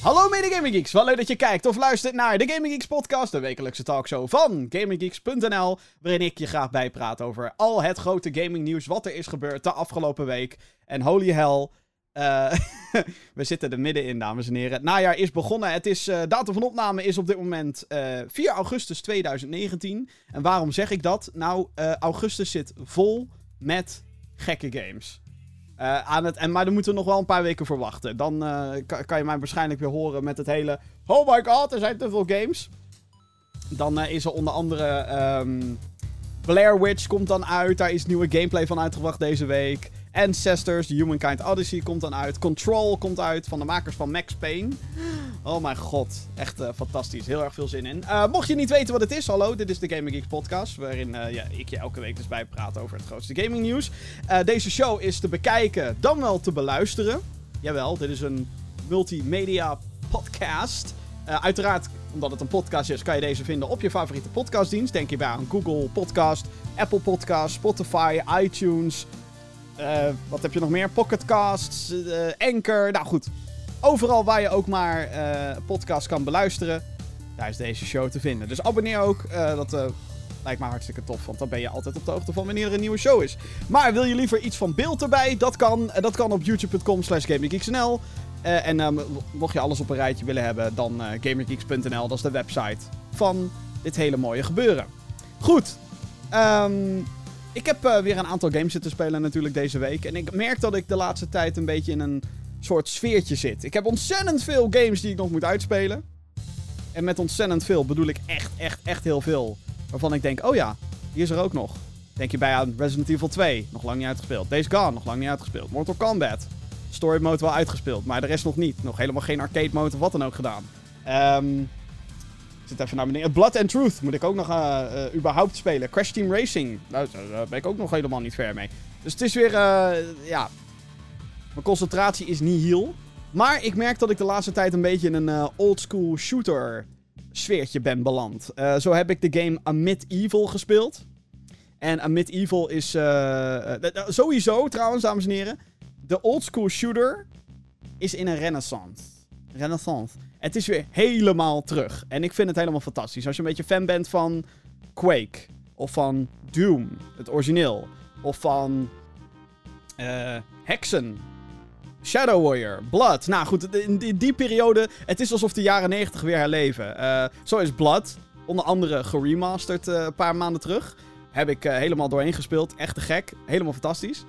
Hallo mede Gaming Geeks, wel leuk dat je kijkt of luistert naar de Gaming Geeks podcast, de wekelijkse talkshow van GamingGeeks.nl, waarin ik je graag bijpraat over al het grote gaming nieuws wat er is gebeurd de afgelopen week. En holy hell, we zitten er middenin, dames en heren. Het najaar is begonnen, het is, datum van opname is op dit moment 4 augustus 2019. En waarom zeg ik dat? Nou, augustus zit vol met gekke games. Maar daar moeten we nog wel een paar weken voor wachten. Dan kan je mij waarschijnlijk weer horen met het hele... Oh my god, er zijn te veel games. Dan is er onder andere... Blair Witch komt dan uit. Daar is nieuwe gameplay van uitgebracht deze week. Ancestors, The Humankind Odyssey komt dan uit. Control komt uit van de makers van Max Payne. Oh mijn god, echt fantastisch. Heel erg veel zin in. Mocht je niet weten wat het is, hallo, dit is de Gaming Geeks podcast. Waarin ik je elke week dus bijpraat over het grootste gaming nieuws. Deze show is te bekijken, dan wel te beluisteren. Jawel, dit is een multimedia podcast. Uiteraard, omdat het een podcast is, kan je deze vinden op je favoriete podcastdienst. Denk hierbij aan Google Podcast, Apple Podcast, Spotify, iTunes... wat heb je nog meer? Pocketcasts, Anchor. Nou goed, overal waar je ook maar podcasts kan beluisteren, daar is deze show te vinden. Dus abonneer ook. Dat lijkt me hartstikke tof, want dan ben je altijd op de hoogte van wanneer er een nieuwe show is. Maar wil je liever iets van beeld erbij? Dat kan. Dat kan op youtube.com/GamingGeeksNL. Mocht je alles op een rijtje willen hebben, dan GamingGeeks.nl. Dat is de website van dit hele mooie gebeuren. Goed. Ik heb weer een aantal games zitten spelen natuurlijk deze week. En ik merk dat ik de laatste tijd een beetje in een soort sfeertje zit. Ik heb ontzettend veel games die ik nog moet uitspelen. En met ontzettend veel bedoel ik echt heel veel. Waarvan ik denk, oh ja, die is er ook nog. Denk je bij aan Resident Evil 2, nog lang niet uitgespeeld. Days Gone, nog lang niet uitgespeeld. Mortal Kombat, Story Mode wel uitgespeeld, maar de rest nog niet. Nog helemaal geen arcade mode of wat dan ook gedaan. Ik zit even naar beneden. Blood and Truth moet ik ook nog überhaupt spelen. Crash Team Racing. Nou, daar ben ik ook nog helemaal niet ver mee. Dus het is weer, mijn concentratie is nihil. Maar ik merk dat ik de laatste tijd een beetje in een oldschool shooter sfeertje ben beland. Zo heb ik de game Amid Evil gespeeld. En Amid Evil is sowieso, trouwens, dames en heren, de oldschool shooter is in een renaissance. Het is weer helemaal terug. En ik vind het helemaal fantastisch. Als je een beetje fan bent van Quake. Of van Doom, het origineel. Of van Hexen. Shadow Warrior. Blood. Nou goed, in die periode... Het is alsof de jaren 90 weer herleven. Zo is Blood. Onder andere geremasterd een paar maanden terug. Heb ik helemaal doorheen gespeeld. Echt te gek. Helemaal fantastisch.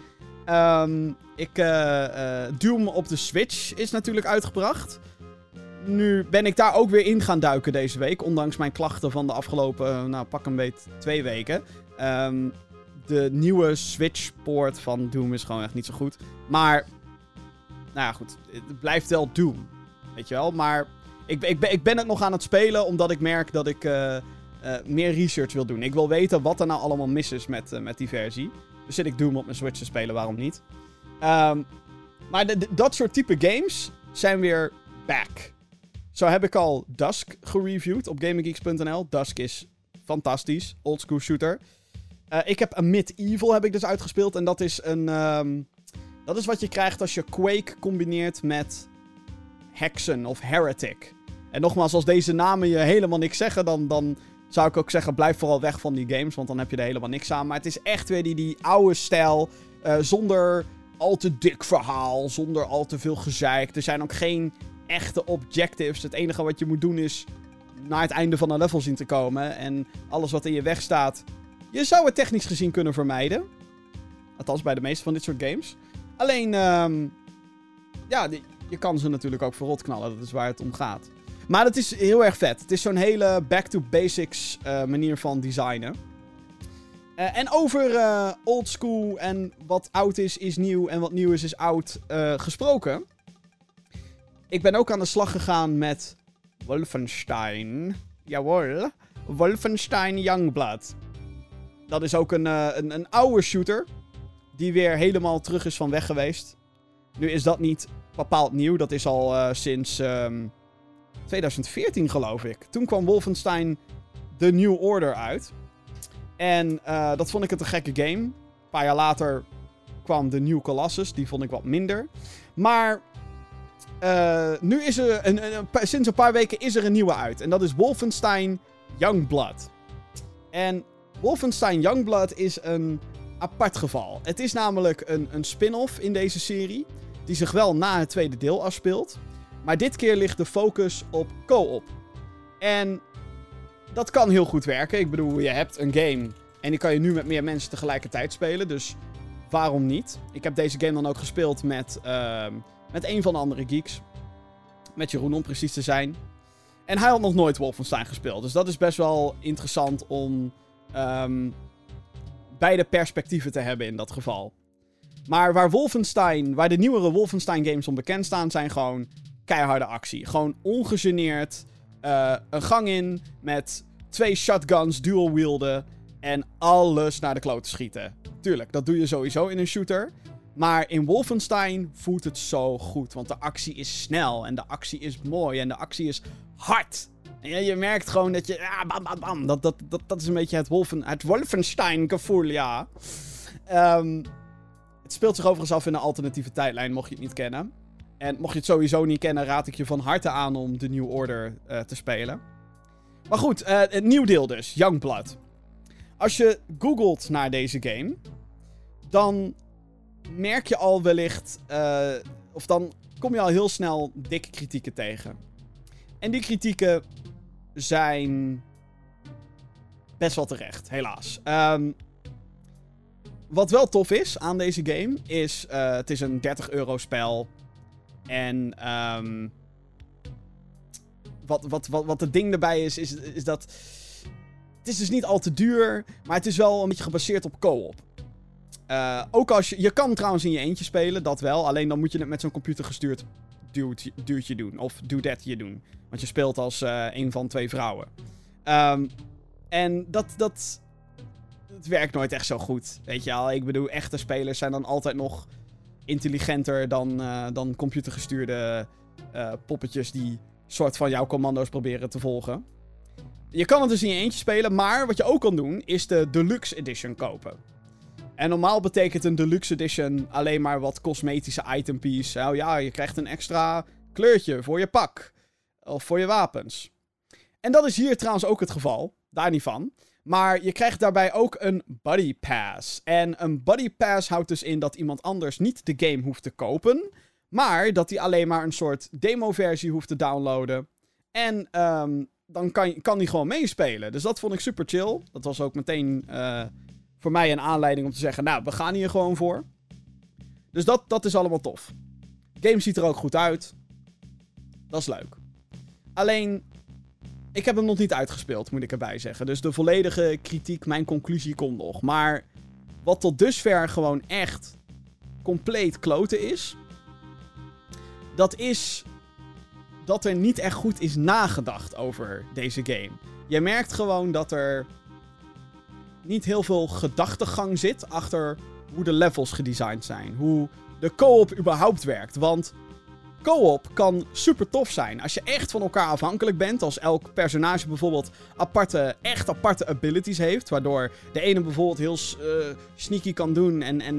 Doom op de Switch is natuurlijk uitgebracht. Nu ben ik daar ook weer in gaan duiken deze week. Ondanks mijn klachten van de afgelopen, pak een beetje 2 weken. De nieuwe Switch-poort van Doom is gewoon echt niet zo goed. Maar, nou ja, goed. Het blijft wel Doom. Weet je wel? Maar ik ben het nog aan het spelen, omdat ik merk dat ik meer research wil doen. Ik wil weten wat er nou allemaal mis is met die versie. Dus zit ik Doom op mijn Switch te spelen, waarom niet? Maar dat soort type games zijn weer back. Zo heb ik al Dusk gereviewd op GamingGeeks.nl. Dusk is fantastisch. Oldschool shooter. Ik heb Amid Evil heb ik dus uitgespeeld. En dat is dat is wat je krijgt als je Quake combineert met Hexen of Heretic. En nogmaals, als deze namen je helemaal niks zeggen, dan zou ik ook zeggen, blijf vooral weg van die games. Want dan heb je er helemaal niks aan. Maar het is echt weer die oude stijl. Zonder al te dik verhaal. Zonder al te veel gezeik. Er zijn ook geen echte objectives. Het enige wat je moet doen is naar het einde van een level zien te komen. En alles wat in je weg staat, je zou het technisch gezien kunnen vermijden. Althans bij de meeste van dit soort games. Alleen, je kan ze natuurlijk ook verrot knallen. Dat is waar het om gaat. Maar het is heel erg vet. Het is zo'n hele back to basics manier van designen. En over old school en wat oud is nieuw en wat nieuw is oud gesproken. Ik ben ook aan de slag gegaan met Wolfenstein. Jawel. Wolfenstein Youngblood. Dat is ook een oude shooter. Die weer helemaal terug is van weg geweest. Nu is dat niet bepaald nieuw. Dat is al sinds 2014 geloof ik. Toen kwam Wolfenstein The New Order uit. En dat vond ik een te gekke game. Een paar jaar later kwam The New Colossus. Die vond ik wat minder. Maar nu is er sinds een paar weken is er een nieuwe uit. En dat is Wolfenstein Youngblood. En Wolfenstein Youngblood is een apart geval. Het is namelijk een spin-off in deze serie, die zich wel na het tweede deel afspeelt. Maar dit keer ligt de focus op co-op. En dat kan heel goed werken. Ik bedoel, je hebt een game en die kan je nu met meer mensen tegelijkertijd spelen. Dus waarom niet? Ik heb deze game dan ook gespeeld met een van de andere geeks. Met Jeroen, om precies te zijn. En hij had nog nooit Wolfenstein gespeeld. Dus dat is best wel interessant om beide perspectieven te hebben in dat geval. Maar waar de nieuwere Wolfenstein games om bekend staan, zijn gewoon keiharde actie. Gewoon ongegeneerd een gang in met 2 shotguns, dual wielden en alles naar de klote schieten. Tuurlijk, dat doe je sowieso in een shooter. Maar in Wolfenstein voelt het zo goed. Want de actie is snel en de actie is mooi en de actie is hard. En je merkt gewoon dat je... Ja, bam, bam, bam. Dat is een beetje het Wolfenstein-gevoel, ja. Het speelt zich overigens af in een alternatieve tijdlijn, mocht je het niet kennen. En mocht je het sowieso niet kennen, raad ik je van harte aan om de New Order te spelen. Maar goed, het nieuw deel dus, Youngblood. Als je googelt naar deze game, dan merk je al wellicht... of dan kom je al heel snel dikke kritieken tegen. En die kritieken zijn best wel terecht, helaas. Wat wel tof is aan deze game, is... het is een €30 spel. En wat het ding erbij is dat... Het is dus niet al te duur, maar het is wel een beetje gebaseerd op co-op. Ook als je kan trouwens in je eentje spelen, dat wel. Alleen dan moet je het met zo'n computergestuurd duwtje doen. Of doodadje doen. Want je speelt als een van 2 vrouwen. En dat het werkt nooit echt zo goed. Weet je al, ik bedoel, echte spelers zijn dan altijd nog intelligenter dan computergestuurde poppetjes die soort van jouw commando's proberen te volgen. Je kan het dus in je eentje spelen, maar wat je ook kan doen, is de Deluxe Edition kopen. En normaal betekent een Deluxe Edition alleen maar wat cosmetische itempiece. Nou ja, je krijgt een extra kleurtje voor je pak. Of voor je wapens. En dat is hier trouwens ook het geval. Daar niet van. Maar je krijgt daarbij ook een Buddy Pass. En een Buddy Pass houdt dus in dat iemand anders niet de game hoeft te kopen. Maar dat hij alleen maar een soort demo-versie hoeft te downloaden. En dan kan hij gewoon meespelen. Dus dat vond ik super chill. Dat was ook meteen voor mij een aanleiding om te zeggen... Nou, we gaan hier gewoon voor. Dus dat is allemaal tof. Game ziet er ook goed uit. Dat is leuk. Alleen, ik heb hem nog niet uitgespeeld, moet ik erbij zeggen. Dus de volledige kritiek, mijn conclusie komt nog. Maar wat tot dusver gewoon echt compleet kloten is... Dat is dat er niet echt goed is nagedacht over deze game. Je merkt gewoon dat er niet heel veel gedachtegang zit achter hoe de levels gedesigned zijn. Hoe de co-op überhaupt werkt. Want co-op kan super tof zijn. Als je echt van elkaar afhankelijk bent. Als elk personage bijvoorbeeld echt aparte abilities heeft. Waardoor de ene bijvoorbeeld heel sneaky kan doen.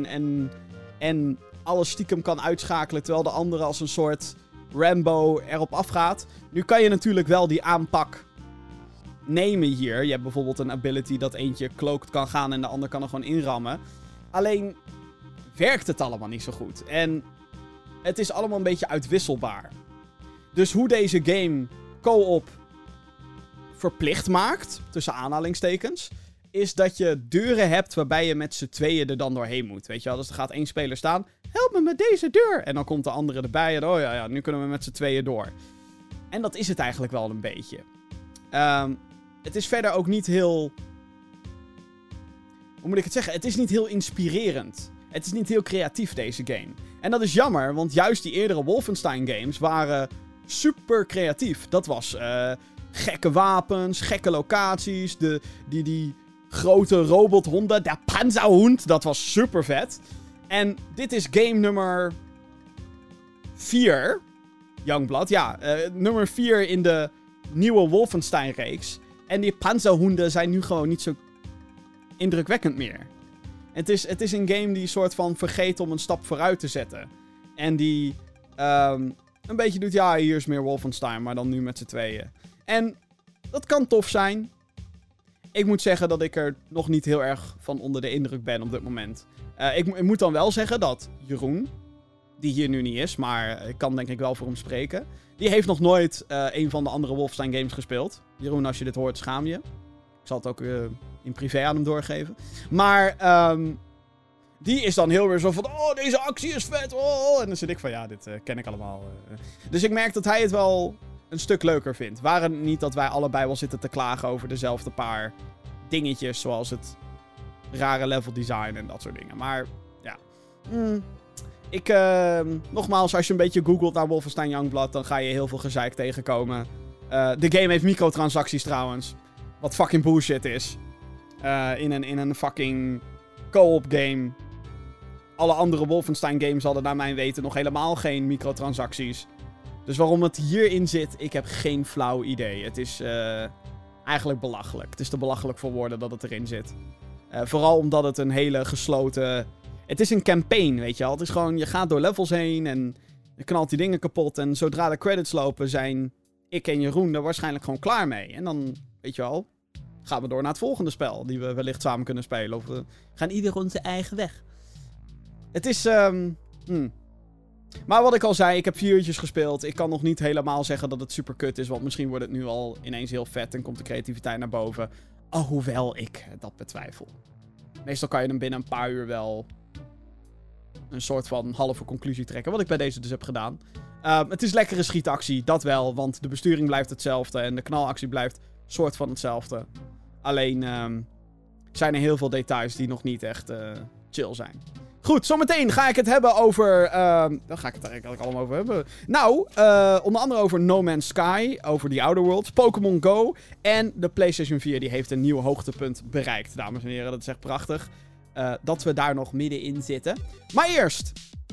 En alles stiekem kan uitschakelen. Terwijl de andere als een soort Rambo erop afgaat. Nu kan je natuurlijk wel die aanpak nemen hier. Je hebt bijvoorbeeld een ability dat eentje cloaked kan gaan en de ander kan er gewoon inrammen. Alleen werkt het allemaal niet zo goed. En het is allemaal een beetje uitwisselbaar. Dus hoe deze game co-op verplicht maakt, tussen aanhalingstekens, is dat je deuren hebt waarbij je met z'n tweeën er dan doorheen moet. Weet je wel, dus er gaat 1 speler staan. Help me met deze deur. En dan komt de andere erbij. En oh ja, nu kunnen we met z'n tweeën door. En dat is het eigenlijk wel een beetje. Het is verder ook niet heel... Hoe moet ik het zeggen? Het is niet heel inspirerend. Het is niet heel creatief, deze game. En dat is jammer, want juist die eerdere Wolfenstein games waren super creatief. Dat was gekke wapens, gekke locaties, die grote robothonden, de Panzerhund, dat was super vet. En dit is game nummer 4, Youngblood. Ja, nummer 4 in de nieuwe Wolfenstein-reeks. En die Panzerhunden zijn nu gewoon niet zo indrukwekkend meer. Het is een game die soort van vergeet om een stap vooruit te zetten. En die een beetje doet, ja, hier is meer Wolfenstein, maar dan nu met z'n tweeën. En dat kan tof zijn. Ik moet zeggen dat ik er nog niet heel erg van onder de indruk ben op dit moment. Ik moet dan wel zeggen dat Jeroen, die hier nu niet is, maar ik kan denk ik wel voor hem spreken. Die heeft nog nooit een van de andere Wolfenstein games gespeeld. Jeroen, als je dit hoort, schaam je. Ik zal het ook in privé aan hem doorgeven. Maar die is dan heel weer zo van, oh, deze actie is vet. Oh. En dan zit ik van, ja, dit ken ik allemaal. Dus ik merk dat hij het wel een stuk leuker vindt. Waren het niet dat wij allebei wel zitten te klagen over dezelfde paar dingetjes, zoals het rare level design en dat soort dingen. Maar, ja. Nogmaals, als je een beetje googelt naar Wolfenstein Youngblood, dan ga je heel veel gezeik tegenkomen. De game heeft microtransacties trouwens. Wat fucking bullshit is. In een fucking co-op game. Alle andere Wolfenstein games hadden naar mijn weten nog helemaal geen microtransacties. Dus waarom het hierin zit, ik heb geen flauw idee. Het is eigenlijk belachelijk. Het is te belachelijk voor woorden dat het erin zit. Vooral omdat het een hele gesloten... Het is een campaign, weet je wel. Het is gewoon, je gaat door levels heen en je knalt die dingen kapot. En zodra de credits lopen, zijn ik en Jeroen er waarschijnlijk gewoon klaar mee. En dan, weet je wel, gaan we door naar het volgende spel. Die we wellicht samen kunnen spelen. Of we gaan ieder onze eigen weg. Het is... Maar wat ik al zei, ik heb 4 uurtjes gespeeld. Ik kan nog niet helemaal zeggen dat het super kut is. Want misschien wordt het nu al ineens heel vet en komt de creativiteit naar boven. Alhoewel ik dat betwijfel. Meestal kan je hem binnen een paar uur wel een soort van halve conclusie trekken. Wat ik bij deze dus heb gedaan. Het is lekkere schietactie, dat wel. Want de besturing blijft hetzelfde. En de knalactie blijft soort van hetzelfde. Alleen zijn er heel veel details die nog niet echt chill zijn. Goed, zometeen ga ik het hebben over... Waar ga ik het er eigenlijk allemaal over hebben? Nou, onder andere over No Man's Sky, over The Outer Worlds, Pokémon Go en de PlayStation 4 die heeft een nieuw hoogtepunt bereikt, dames en heren. Dat is echt prachtig dat we daar nog middenin zitten. Maar eerst,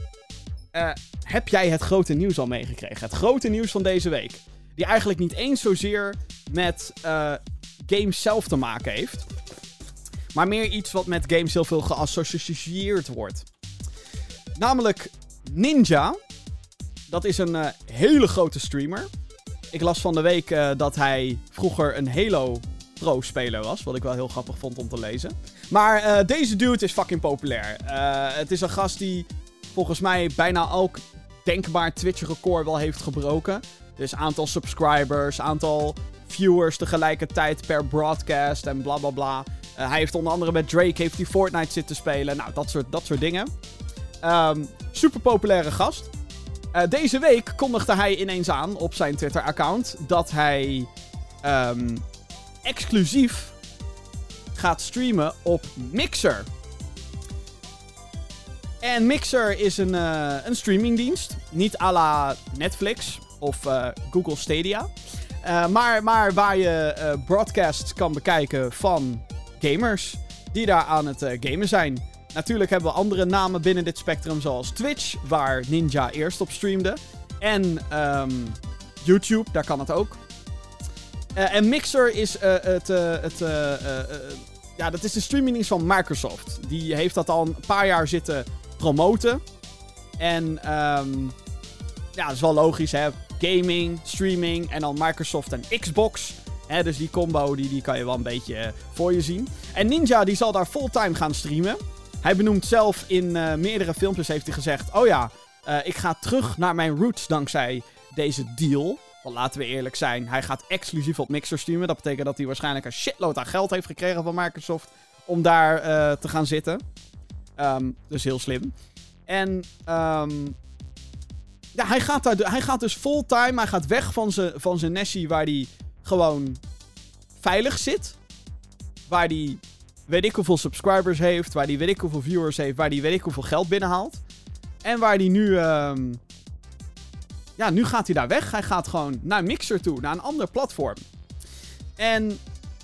heb jij het grote nieuws al meegekregen? Het grote nieuws van deze week. Die eigenlijk niet eens zozeer met games zelf te maken heeft. Maar meer iets wat met games heel veel geassocieerd wordt. Namelijk Ninja. Dat is een hele grote streamer. Ik las van de week dat hij vroeger een Halo Pro-speler was. Wat ik wel heel grappig vond om te lezen. Maar deze dude is fucking populair. Het is een gast die volgens mij bijna elk denkbaar Twitch-record wel heeft gebroken. Dus aantal subscribers, aantal viewers tegelijkertijd per broadcast en bla bla bla. Hij heeft onder andere met Drake heeft hij Fortnite zitten spelen. Nou, dat soort dingen. Super populaire gast. Deze week kondigde hij ineens aan op zijn Twitter-account dat hij exclusief gaat streamen op Mixer. En Mixer is een streamingdienst. Niet à la Netflix of Google Stadia. Maar waar je broadcasts kan bekijken van gamers die daar aan het gamen zijn. Natuurlijk hebben we andere namen binnen dit spectrum, zoals Twitch, waar Ninja eerst op streamde. En YouTube, daar kan het ook. En Mixer is dat is de streamingdienst van Microsoft. Die heeft dat al een paar jaar zitten promoten. En dat is wel logisch, hè. Gaming, streaming en dan Microsoft en Xbox. Dus die combo die kan je wel een beetje voor je zien. En Ninja die zal daar fulltime gaan streamen. Hij benoemt zelf in meerdere filmpjes heeft hij gezegd... Oh ja, ik ga terug naar mijn roots dankzij deze deal. Want laten we eerlijk zijn, hij gaat exclusief op Mixer streamen. Dat betekent dat hij waarschijnlijk een shitload aan geld heeft gekregen van Microsoft... om daar te gaan zitten. Dus heel slim. En hij gaat dus fulltime. Hij gaat weg van zijn Nessie waar hij gewoon veilig zit. Waar hij weet ik hoeveel subscribers heeft. Waar hij weet ik hoeveel viewers heeft. Waar hij weet ik hoeveel geld binnenhaalt. En waar hij nu... nu gaat hij daar weg. Hij gaat gewoon naar Mixer toe. Naar een ander platform. En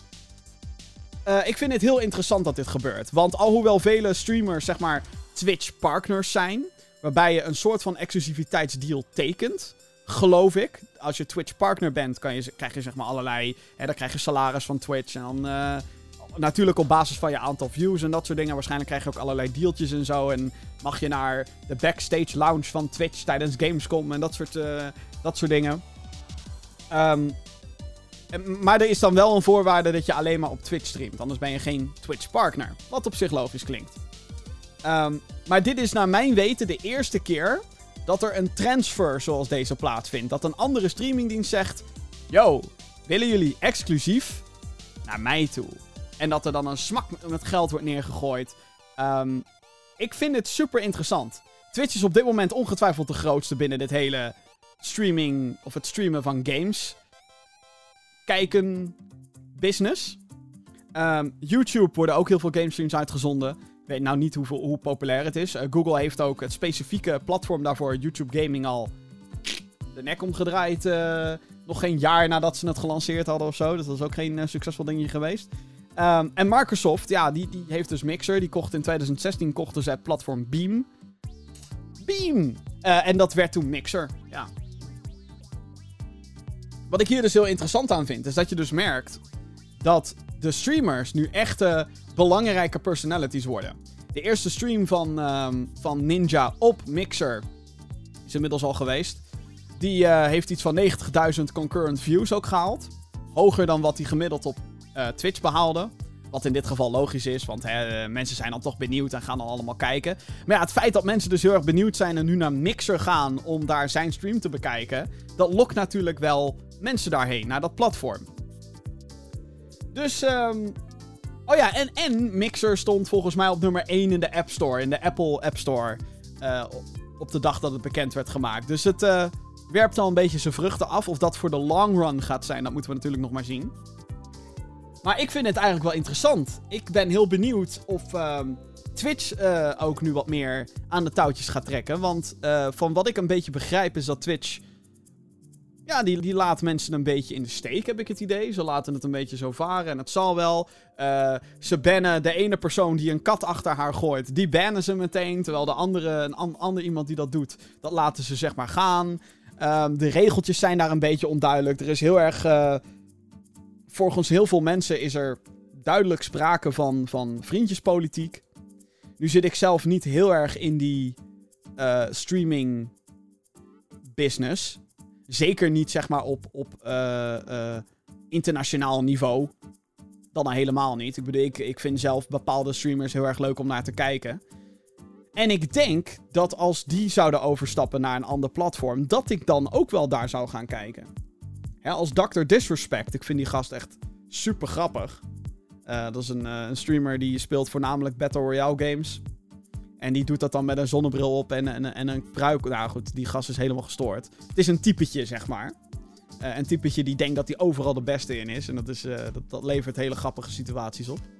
ik vind het heel interessant dat dit gebeurt. Want alhoewel vele streamers, zeg maar, Twitch-partners zijn... waarbij je een soort van exclusiviteitsdeal tekent... geloof ik. Als je Twitch-partner bent, krijg je zeg maar allerlei... dan krijg je salaris van Twitch en dan natuurlijk op basis van je aantal views en dat soort dingen. Waarschijnlijk krijg je ook allerlei dealtjes en zo. En mag je naar de backstage lounge van Twitch tijdens Gamescom en dat soort dingen. Maar er is dan wel een voorwaarde dat je alleen maar op Twitch streamt. Anders ben je geen Twitch-partner. Wat op zich logisch klinkt. Maar dit is naar mijn weten de eerste keer dat er een transfer zoals deze plaatsvindt. Dat een andere streamingdienst zegt... Yo, willen jullie exclusief naar mij toe? En dat er dan een smak met geld wordt neergegooid. Ik vind het super interessant. Twitch is op dit moment ongetwijfeld de grootste binnen dit hele streaming... of het streamen van games... kijken business. YouTube worden ook heel veel gamestreams uitgezonden. Ik weet nou niet hoe populair het is. Google heeft ook het specifieke platform daarvoor, YouTube Gaming, al de nek omgedraaid. Nog geen jaar nadat ze het gelanceerd hadden of zo. Dus dat is ook geen succesvol dingetje geweest. En Microsoft, ja, die heeft dus Mixer. Die kocht in 2016 ze het platform Beam. En dat werd toen Mixer, ja. Wat ik hier dus heel interessant aan vind, is dat je dus merkt dat de streamers nu echte belangrijke personalities worden. De eerste stream van Ninja op Mixer is inmiddels al geweest. Die heeft iets van 90.000 concurrent views ook gehaald. Hoger dan wat hij gemiddeld op Twitch behaalde. Wat in dit geval logisch is, want mensen zijn dan toch benieuwd en gaan dan allemaal kijken. Maar ja, het feit dat mensen dus heel erg benieuwd zijn en nu naar Mixer gaan om daar zijn stream te bekijken, dat lokt natuurlijk wel mensen daarheen, naar dat platform. Dus, oh ja, en Mixer stond volgens mij op nummer 1 in de App Store, in de Apple App Store, op de dag dat het bekend werd gemaakt. Dus het werpt al een beetje zijn vruchten af. Of dat voor de long run gaat zijn, dat moeten we natuurlijk nog maar zien. Maar ik vind het eigenlijk wel interessant. Ik ben heel benieuwd of Twitch ook nu wat meer aan de touwtjes gaat trekken. Want van wat ik een beetje begrijp is dat Twitch... Ja, die laat mensen een beetje in de steek, heb ik het idee. Ze laten het een beetje zo varen en het zal wel. Ze bannen de ene persoon die een kat achter haar gooit. Die bannen ze meteen. Terwijl een ander iemand die dat doet, dat laten ze zeg maar gaan. De regeltjes zijn daar een beetje onduidelijk. Er is heel erg... volgens heel veel mensen is er duidelijk sprake van vriendjespolitiek. Nu zit ik zelf niet heel erg in die streaming business. Zeker niet, zeg maar, op internationaal niveau. Dan helemaal niet. Ik bedoel, ik vind zelf bepaalde streamers heel erg leuk om naar te kijken. En ik denk dat als die zouden overstappen naar een ander platform, dat ik dan ook wel daar zou gaan kijken. Ja, als Dr. Disrespect. Ik vind die gast echt super grappig. Dat is een streamer die speelt voornamelijk Battle Royale games. En die doet dat dan met een zonnebril op en een pruik. Nou goed, die gast is helemaal gestoord. Het is een typetje, zeg maar. Een typetje die denkt dat hij overal de beste in is. En dat levert hele grappige situaties op.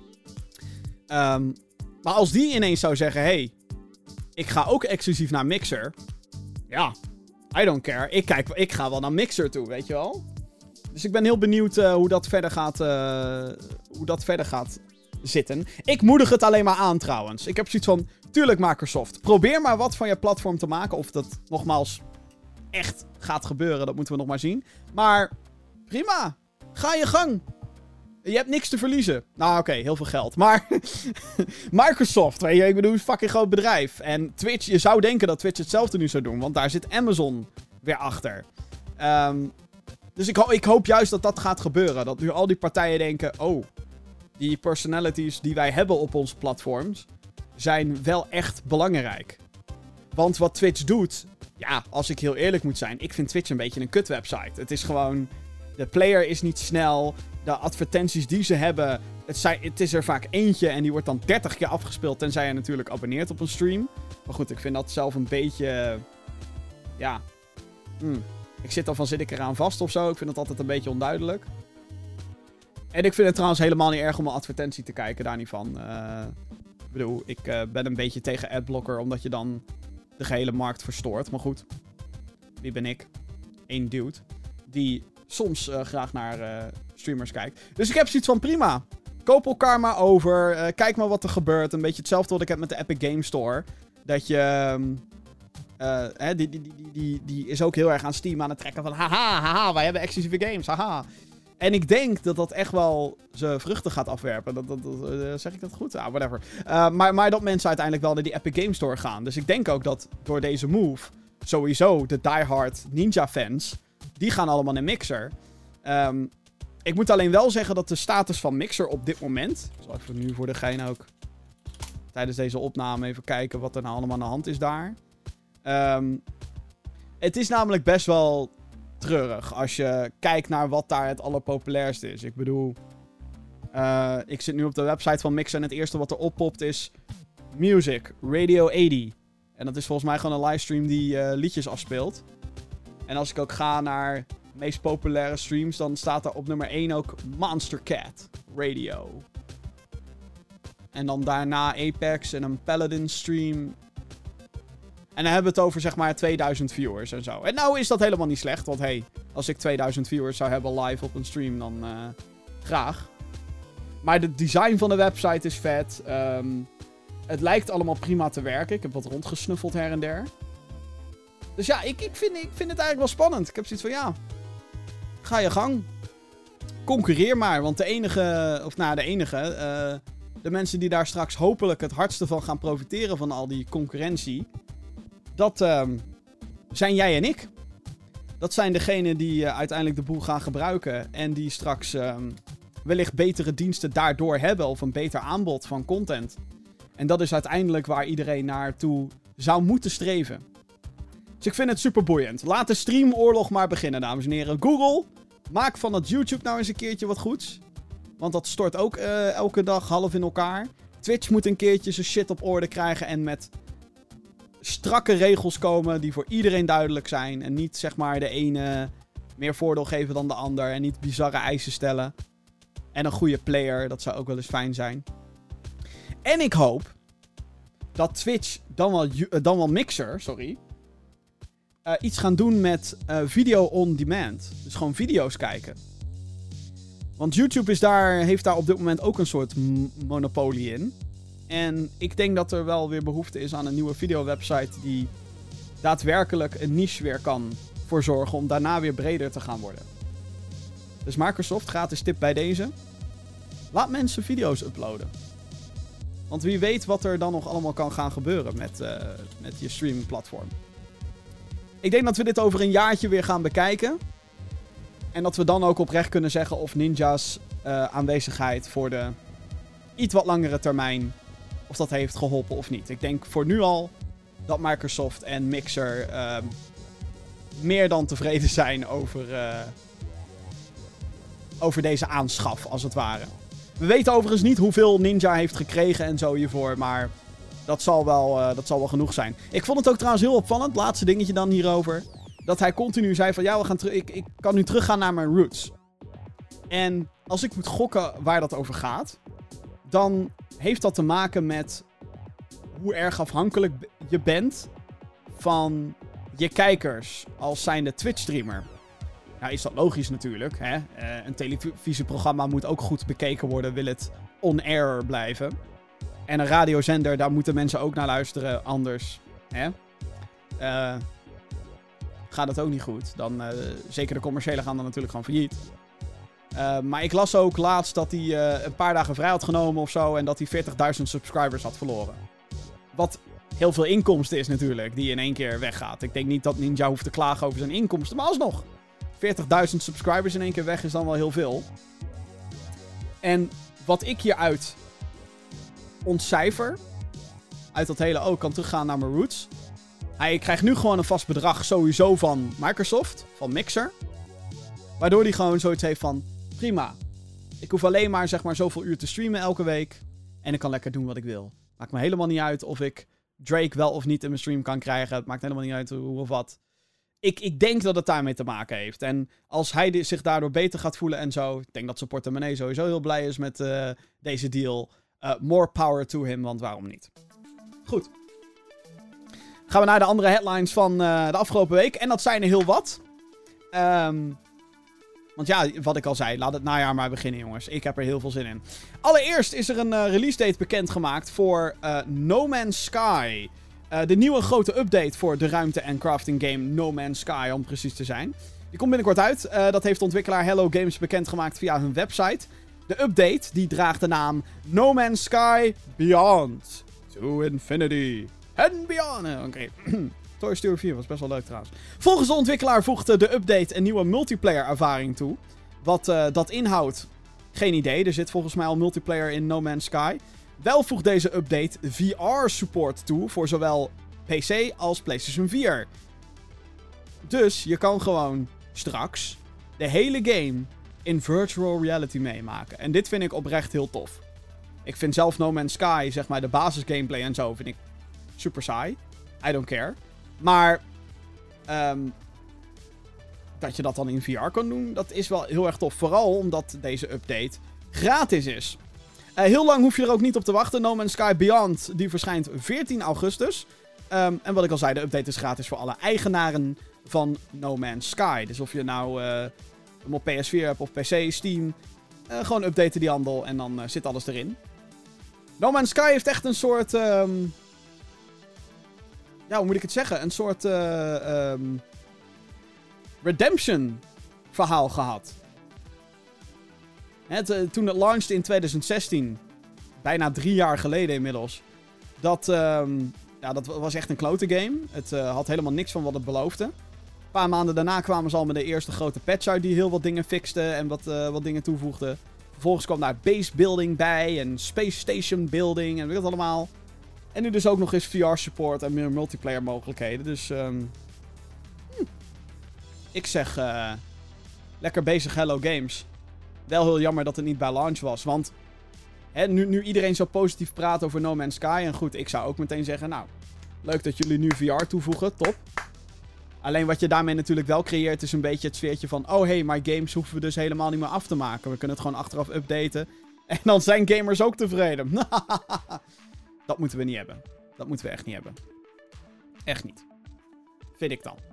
Maar als die ineens zou zeggen... Hey, ik ga ook exclusief naar Mixer. Ja, I don't care. Ik ga wel naar Mixer toe, weet je wel. Dus ik ben heel benieuwd hoe dat verder gaat zitten. Ik moedig het alleen maar aan trouwens. Ik heb zoiets van... Tuurlijk Microsoft. Probeer maar wat van je platform te maken. Of dat nogmaals echt gaat gebeuren. Dat moeten we nog maar zien. Maar prima. Ga je gang. Je hebt niks te verliezen. Nou oké, heel veel geld. Maar Microsoft, weet je, ik bedoel, een fucking groot bedrijf. En Twitch, je zou denken dat Twitch hetzelfde nu zou doen. Want daar zit Amazon weer achter. Dus ik hoop juist dat dat gaat gebeuren. Dat nu al die partijen denken... Oh, die personalities die wij hebben op onze platforms... zijn wel echt belangrijk. Want wat Twitch doet... Ja, als ik heel eerlijk moet zijn... Ik vind Twitch een beetje een kutwebsite. Het is gewoon... De player is niet snel. De advertenties die ze hebben... Het is er vaak eentje en die wordt dan 30 keer afgespeeld... tenzij je natuurlijk abonneert op een stream. Maar goed, ik vind dat zelf een beetje... Ja... Ik zit dan van, zit ik eraan vast of zo? Ik vind het altijd een beetje onduidelijk. En ik vind het trouwens helemaal niet erg om een advertentie te kijken, daar niet van. Ik bedoel, ik ben een beetje tegen adblocker, omdat je dan de gehele markt verstoort. Maar goed, wie ben ik? Eén dude die soms graag naar streamers kijkt. Dus ik heb zoiets van, prima. Koop elkaar maar over. Kijk maar wat er gebeurt. Een beetje hetzelfde wat ik heb met de Epic Game Store. Dat je... die is ook heel erg aan Steam aan het trekken van... Haha, wij hebben exclusieve games, haha. En ik denk dat dat echt wel zijn vruchten gaat afwerpen. Zeg ik dat goed? Ah, whatever. Maar dat mensen uiteindelijk wel naar die Epic Games Store gaan. Dus ik denk ook dat door deze move... sowieso de diehard Ninja fans... die gaan allemaal naar Mixer. Ik moet alleen wel zeggen dat de status van Mixer op dit moment... Ik zal even nu voor de gein ook... tijdens deze opname even kijken wat er nou allemaal aan de hand is daar. Het is namelijk best wel treurig als je kijkt naar wat daar het allerpopulairste is. Ik bedoel, ik zit nu op de website van Mixer en het eerste wat er oppopt is Music, Radio 80. En dat is volgens mij gewoon een livestream die liedjes afspeelt. En als ik ook ga naar meest populaire streams, dan staat er op nummer 1 ook Monster Cat Radio. En dan daarna Apex en een Paladin stream. En dan hebben we het over zeg maar 2000 viewers en zo. En nou is dat helemaal niet slecht. Want hey, als ik 2000 viewers zou hebben live op een stream, dan graag. Maar het design van de website is vet. Het lijkt allemaal prima te werken. Ik heb wat rondgesnuffeld her en der. Dus ja, ik vind het eigenlijk wel spannend. Ik heb zoiets van ja, ga je gang. Concurreer maar. Want de mensen die daar straks hopelijk het hardste van gaan profiteren van al die concurrentie. Dat zijn jij en ik. Dat zijn degenen die uiteindelijk de boel gaan gebruiken. En die straks wellicht betere diensten daardoor hebben. Of een beter aanbod van content. En dat is uiteindelijk waar iedereen naartoe zou moeten streven. Dus ik vind het super boeiend. Laat de streamoorlog maar beginnen, dames en heren. Google, maak van dat YouTube nou eens een keertje wat goeds. Want dat stort ook elke dag half in elkaar. Twitch moet een keertje zijn shit op orde krijgen en met strakke regels komen die voor iedereen duidelijk zijn. En niet zeg maar de ene meer voordeel geven dan de ander. En niet bizarre eisen stellen. En een goede player, dat zou ook wel eens fijn zijn. En ik hoop dat Twitch, dan wel Mixer, iets gaan doen met video on demand. Dus gewoon video's kijken. Want YouTube heeft daar op dit moment ook een soort monopolie in. En ik denk dat er wel weer behoefte is aan een nieuwe videowebsite die daadwerkelijk een niche weer kan voor zorgen om daarna weer breder te gaan worden. Dus Microsoft, gratis tip bij deze. Laat mensen video's uploaden. Want wie weet wat er dan nog allemaal kan gaan gebeuren met je streamingplatform. Ik denk dat we dit over een jaartje weer gaan bekijken. En dat we dan ook oprecht kunnen zeggen of Ninja's aanwezigheid voor de iets wat langere termijn, of dat heeft geholpen of niet. Ik denk voor nu al dat Microsoft en Mixer meer dan tevreden zijn over deze aanschaf, als het ware. We weten overigens niet hoeveel Ninja heeft gekregen en zo hiervoor, maar dat zal wel genoeg zijn. Ik vond het ook trouwens heel opvallend, laatste dingetje dan hierover, dat hij continu zei van ja, ik kan nu teruggaan naar mijn roots. En als ik moet gokken waar dat over gaat, dan heeft dat te maken met hoe erg afhankelijk je bent van je kijkers als zijnde Twitch-streamer. Nou is dat logisch natuurlijk. Hè? Een televisieprogramma moet ook goed bekeken worden, wil het on-air blijven. En een radiozender, daar moeten mensen ook naar luisteren, anders hè? Gaat het ook niet goed. Dan, zeker de commerciële gaan dan natuurlijk gewoon failliet. Maar ik las ook laatst dat hij een paar dagen vrij had genomen of zo. En dat hij 40.000 subscribers had verloren. Wat heel veel inkomsten is natuurlijk, die in één keer weggaat. Ik denk niet dat Ninja hoeft te klagen over zijn inkomsten, maar alsnog. 40.000 subscribers in één keer weg is dan wel heel veel. En wat ik hieruit ontcijfer, uit dat hele, ik kan teruggaan naar mijn roots. Hij krijgt nu gewoon een vast bedrag sowieso van Microsoft, van Mixer. Waardoor hij gewoon zoiets heeft van, prima. Ik hoef alleen maar zeg maar zoveel uur te streamen elke week. En ik kan lekker doen wat ik wil. Maakt me helemaal niet uit of ik Drake wel of niet in mijn stream kan krijgen. Het maakt helemaal niet uit hoe of wat. Ik denk dat het daarmee te maken heeft. En als hij zich daardoor beter gaat voelen en zo. Ik denk dat zijn portemonnee sowieso heel blij is met deze deal. More power to him, want waarom niet? Goed. Gaan we naar de andere headlines van de afgelopen week. En dat zijn er heel wat. Want ja, wat ik al zei, laat het najaar maar beginnen, jongens. Ik heb er heel veel zin in. Allereerst is er een release date bekendgemaakt voor No Man's Sky. De nieuwe grote update voor de ruimte- en crafting game No Man's Sky, om precies te zijn. Die komt binnenkort uit. Dat heeft de ontwikkelaar Hello Games bekendgemaakt via hun website. De update die draagt de naam No Man's Sky Beyond. To Infinity and Beyond. Oké. Toy Story 4 was best wel leuk trouwens. Volgens de ontwikkelaar voegde de update een nieuwe multiplayer ervaring toe. Wat dat inhoudt, geen idee. Er zit volgens mij al multiplayer in No Man's Sky. Wel voegt deze update VR support toe voor zowel PC als PlayStation 4. Dus je kan gewoon straks de hele game in virtual reality meemaken. En dit vind ik oprecht heel tof. Ik vind zelf No Man's Sky, zeg maar de basis gameplay en zo, vind ik super saai. I don't care. Maar dat je dat dan in VR kan doen, dat is wel heel erg tof. Vooral omdat deze update gratis is. Heel lang hoef je er ook niet op te wachten. No Man's Sky Beyond, die verschijnt 14 augustus. En wat ik al zei, de update is gratis voor alle eigenaren van No Man's Sky. Dus of je nou hem op PS4 hebt of PC, Steam, gewoon updaten die handel en dan zit alles erin. No Man's Sky heeft echt een soort... ja, hoe moet ik het zeggen? Een soort redemption verhaal gehad. Toen het launched in 2016, bijna 3 jaar geleden inmiddels, dat was echt een klote game. Het had helemaal niks van wat het beloofde. Een paar maanden daarna kwamen ze al met de eerste grote patch uit die heel wat dingen fixte en wat dingen toevoegde. Vervolgens kwam daar base building bij en space station building en weet het allemaal. En nu dus ook nog eens VR support en meer multiplayer mogelijkheden. Dus ik zeg lekker bezig Hello Games. Wel heel jammer dat het niet bij launch was. Want nu iedereen zo positief praat over No Man's Sky. En goed, ik zou ook meteen zeggen, nou, leuk dat jullie nu VR toevoegen, top. Alleen wat je daarmee natuurlijk wel creëert is een beetje het sfeertje van... Oh hey, maar games hoeven we dus helemaal niet meer af te maken. We kunnen het gewoon achteraf updaten. En dan zijn gamers ook tevreden. Dat moeten we niet hebben. Dat moeten we echt niet hebben. Echt niet. Vind ik dan.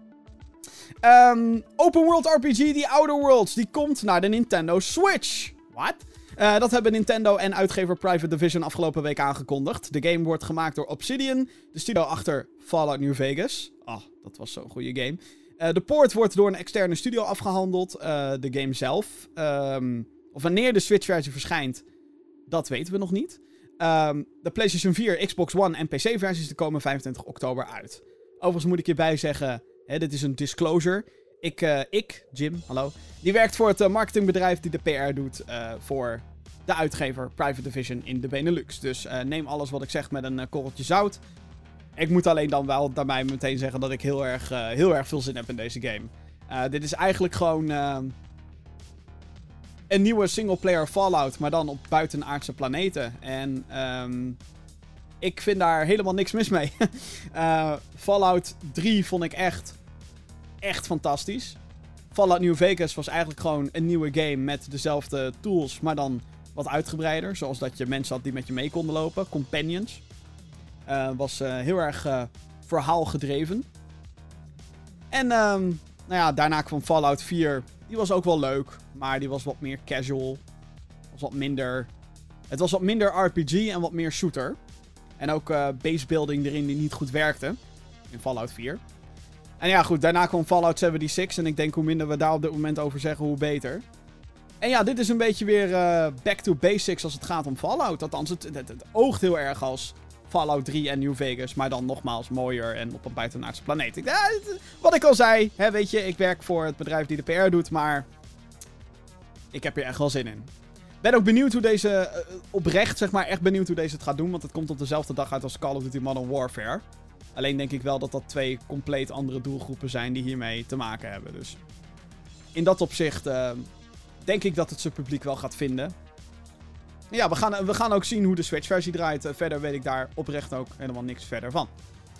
Open World RPG, The Outer Worlds, die komt naar de Nintendo Switch. What? Dat hebben Nintendo en uitgever Private Division afgelopen week aangekondigd. De game wordt gemaakt door Obsidian, de studio achter Fallout New Vegas. Dat was zo'n goede game. De port wordt door een externe studio afgehandeld. De game zelf, of wanneer de Switch-versie verschijnt, dat weten we nog niet. De PlayStation 4, Xbox One en PC-versies komen 25 oktober uit. Overigens moet ik hierbij zeggen... dit is een disclosure. Jim, hallo. Die werkt voor het marketingbedrijf die de PR doet voor de uitgever Private Division in de Benelux. Dus neem alles wat ik zeg met een korreltje zout. Ik moet alleen dan wel daarbij meteen zeggen dat ik heel erg veel zin heb in deze game. Dit is eigenlijk gewoon een nieuwe singleplayer Fallout, maar dan op buitenaardse planeten. En ik vind daar helemaal niks mis mee. Fallout 3 vond ik echt fantastisch. Fallout New Vegas was eigenlijk gewoon een nieuwe game met dezelfde tools, maar dan wat uitgebreider. Zoals dat je mensen had die met je mee konden lopen. Companions. Was heel erg verhaalgedreven. En daarna kwam Fallout 4. Die was ook wel leuk, maar die was wat meer casual. Het was wat minder RPG en wat meer shooter. En ook base building erin die niet goed werkte. In Fallout 4. En ja, goed, daarna kwam Fallout 76. En ik denk hoe minder we daar op dit moment over zeggen, hoe beter. En ja, dit is een beetje weer back to basics als het gaat om Fallout. Althans, het oogt heel erg als Fallout 3 en New Vegas. Maar dan nogmaals mooier en op een buitenaardse planeet. Wat ik al zei, weet je, ik werk voor het bedrijf die de PR doet. Maar ik heb hier echt wel zin in. Ben ook benieuwd hoe deze, oprecht zeg maar, echt benieuwd hoe deze het gaat doen. Want het komt op dezelfde dag uit als Call of Duty Modern Warfare. Alleen denk ik wel dat dat 2 compleet andere doelgroepen zijn die hiermee te maken hebben. Dus in dat opzicht denk ik dat het zijn publiek wel gaat vinden. Ja, we gaan ook zien hoe de Switch-versie draait. Verder weet ik daar oprecht ook helemaal niks verder van.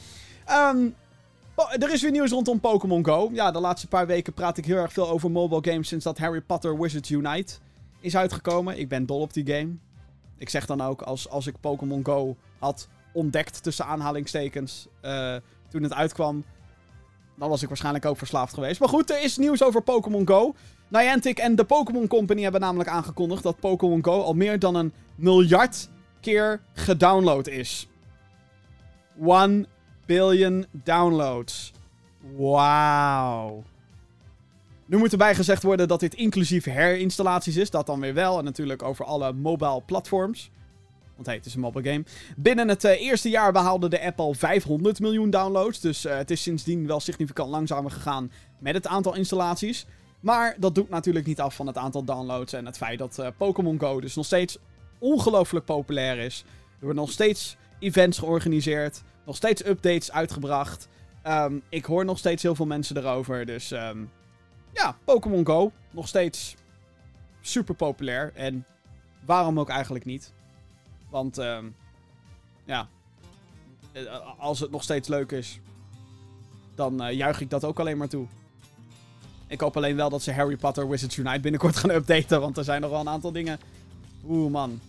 Er is weer nieuws rondom Pokémon Go. Ja, de laatste paar weken praat ik heel erg veel over mobile games sinds dat Harry Potter Wizards Unite is uitgekomen. Ik ben dol op die game. Ik zeg dan ook, als ik Pokémon Go had ontdekt, tussen aanhalingstekens, toen het uitkwam, dan was ik waarschijnlijk ook verslaafd geweest. Maar goed, er is nieuws over Pokémon Go. Niantic en de Pokémon Company hebben namelijk aangekondigd dat Pokémon Go al meer dan 1 miljard keer gedownload is. 1 billion downloads. Wauw. Nu moet erbij gezegd worden dat dit inclusief herinstallaties is. Dat dan weer wel. En natuurlijk over alle mobile platforms. Want het is een mobile game. Binnen het eerste jaar behaalde de app al 500 miljoen downloads. Dus het is sindsdien wel significant langzamer gegaan met het aantal installaties. Maar dat doet natuurlijk niet af van het aantal downloads. En het feit dat Pokémon Go dus nog steeds ongelooflijk populair is. Er worden nog steeds events georganiseerd. Nog steeds updates uitgebracht. Ik hoor nog steeds heel veel mensen erover. Dus ja, Pokémon Go. Nog steeds super populair. En waarom ook eigenlijk niet? Want ja, als het nog steeds leuk is, dan juich ik dat ook alleen maar toe. Ik hoop alleen wel dat ze Harry Potter Wizards Unite binnenkort gaan updaten. Want er zijn nog wel een aantal dingen. Oeh, man.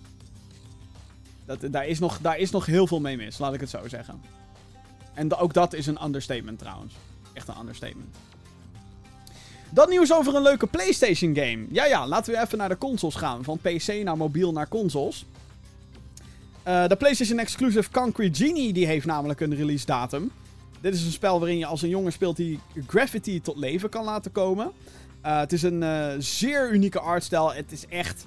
Daar is nog heel veel mee mis, laat ik het zo zeggen. En ook dat is een understatement trouwens. Echt een understatement. Dan nieuws over een leuke PlayStation game. Ja, laten we even naar de consoles gaan. Van PC naar mobiel naar consoles. De PlayStation exclusive Concrete Genie die heeft namelijk een release datum. Dit is een spel waarin je als een jongen speelt die graffiti tot leven kan laten komen. Het is een zeer unieke artstijl. Het is echt...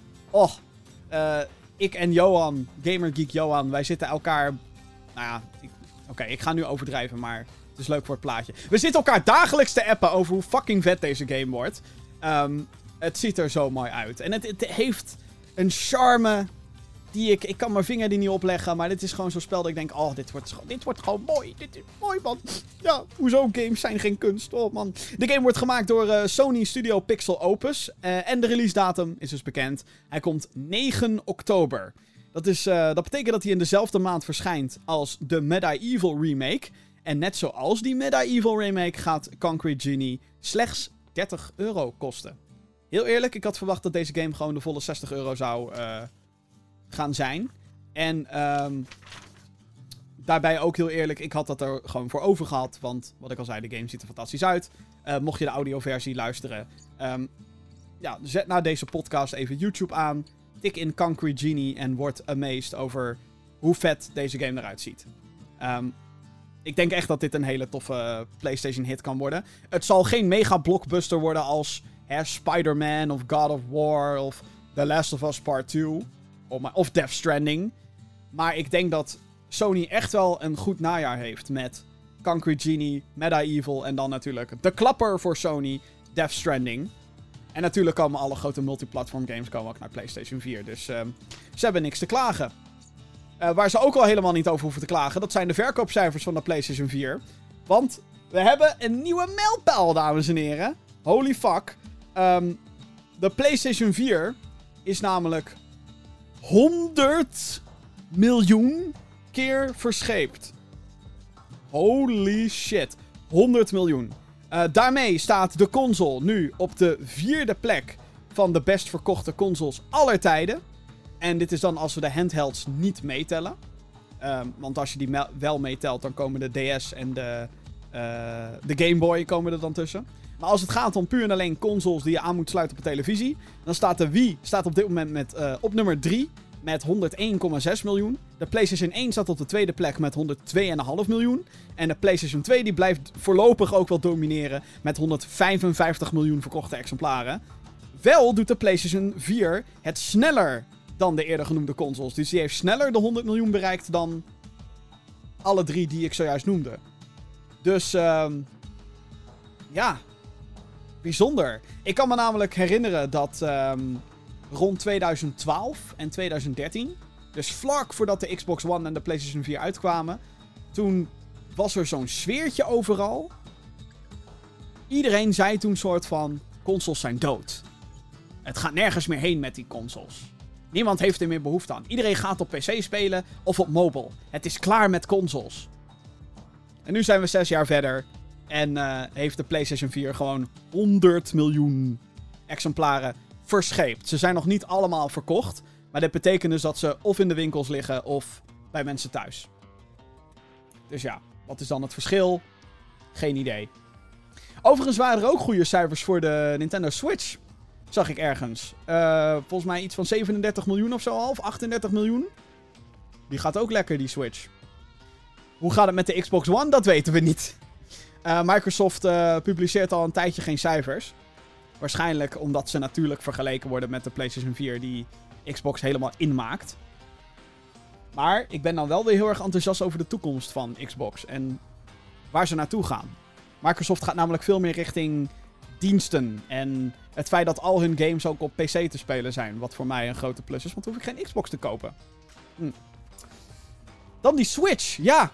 ik en Johan, Gamergeek Johan, wij zitten elkaar... Nou ja, ik ga nu overdrijven, maar het is leuk voor het plaatje. We zitten elkaar dagelijks te appen over hoe fucking vet deze game wordt. Het ziet er zo mooi uit. En het heeft een charme die ik kan mijn vinger die niet opleggen, maar dit is gewoon zo'n spel dat ik denk, dit wordt gewoon mooi. Dit is mooi, man. Ja, hoezo games zijn geen kunst? Oh, man. De game wordt gemaakt door Sony Studio Pixel Opus. En de release datum is dus bekend. Hij komt 9 oktober. Dat betekent dat hij in dezelfde maand verschijnt als de Medieval remake. En net zoals die Medieval remake gaat Concrete Genie slechts €30 kosten. Heel eerlijk, ik had verwacht dat deze game gewoon de volle €60 zou gaan zijn. En daarbij ook heel eerlijk, ik had dat er gewoon voor over gehad. Want wat ik al zei, de game ziet er fantastisch uit. Mocht je de audioversie luisteren, zet na deze podcast even YouTube aan. Tik in Concrete Genie en word amazed over hoe vet deze game eruit ziet. Ik denk echt dat dit een hele toffe PlayStation hit kan worden. Het zal geen mega blockbuster worden als Spider-Man of God of War of The Last of Us Part 2 of Death Stranding. Maar ik denk dat Sony echt wel een goed najaar heeft met Concrete Genie, Medieval en dan natuurlijk de klapper voor Sony, Death Stranding. En natuurlijk komen alle grote multiplatform games ook naar PlayStation 4. Dus ze hebben niks te klagen. Waar ze ook al helemaal niet over hoeven te klagen, dat zijn de verkoopcijfers van de PlayStation 4. Want we hebben een nieuwe mijlpaal, dames en heren. Holy fuck. De PlayStation 4 is namelijk 100 miljoen keer verscheept. Holy shit. 100 miljoen. Daarmee staat de console nu op de 4e plek van de best verkochte consoles aller tijden. En dit is dan als we de handhelds niet meetellen. Want als je die wel meetelt, dan komen de DS en de Game Boy komen er dan tussen. Maar als het gaat om puur en alleen consoles die je aan moet sluiten op een televisie, dan staat de Wii op dit moment op nummer 3 met 101,6 miljoen. De PlayStation 1 staat op de 2e plek met 102,5 miljoen. En de PlayStation 2 die blijft voorlopig ook wel domineren met 155 miljoen verkochte exemplaren. Wel doet de PlayStation 4 het sneller dan de eerder genoemde consoles. Dus die heeft sneller de 100 miljoen bereikt dan alle 3 die ik zojuist noemde. Dus, ja, bijzonder. Ik kan me namelijk herinneren dat rond 2012 en 2013, dus vlak voordat de Xbox One en de PlayStation 4 uitkwamen, toen was er zo'n sfeertje overal. Iedereen zei toen soort van, consoles zijn dood. Het gaat nergens meer heen met die consoles. Niemand heeft er meer behoefte aan. Iedereen gaat op PC spelen of op mobile. Het is klaar met consoles. En nu zijn we 6 jaar verder. En heeft de PlayStation 4 gewoon 100 miljoen exemplaren verscheept. Ze zijn nog niet allemaal verkocht. Maar dit betekent dus dat ze of in de winkels liggen of bij mensen thuis. Dus ja, wat is dan het verschil? Geen idee. Overigens waren er ook goede cijfers voor de Nintendo Switch. Zag ik ergens. Volgens mij iets van 37 miljoen of zo al. Of 38 miljoen. Die gaat ook lekker, die Switch. Hoe gaat het met de Xbox One? Dat weten we niet. Microsoft publiceert al een tijdje geen cijfers. Waarschijnlijk omdat ze natuurlijk vergeleken worden met de PlayStation 4 die Xbox helemaal inmaakt. Maar ik ben dan wel weer heel erg enthousiast over de toekomst van Xbox en waar ze naartoe gaan. Microsoft gaat namelijk veel meer richting diensten. En het feit dat al hun games ook op PC te spelen zijn. Wat voor mij een grote plus is, want dan hoef ik geen Xbox te kopen. Dan die Switch. Ja,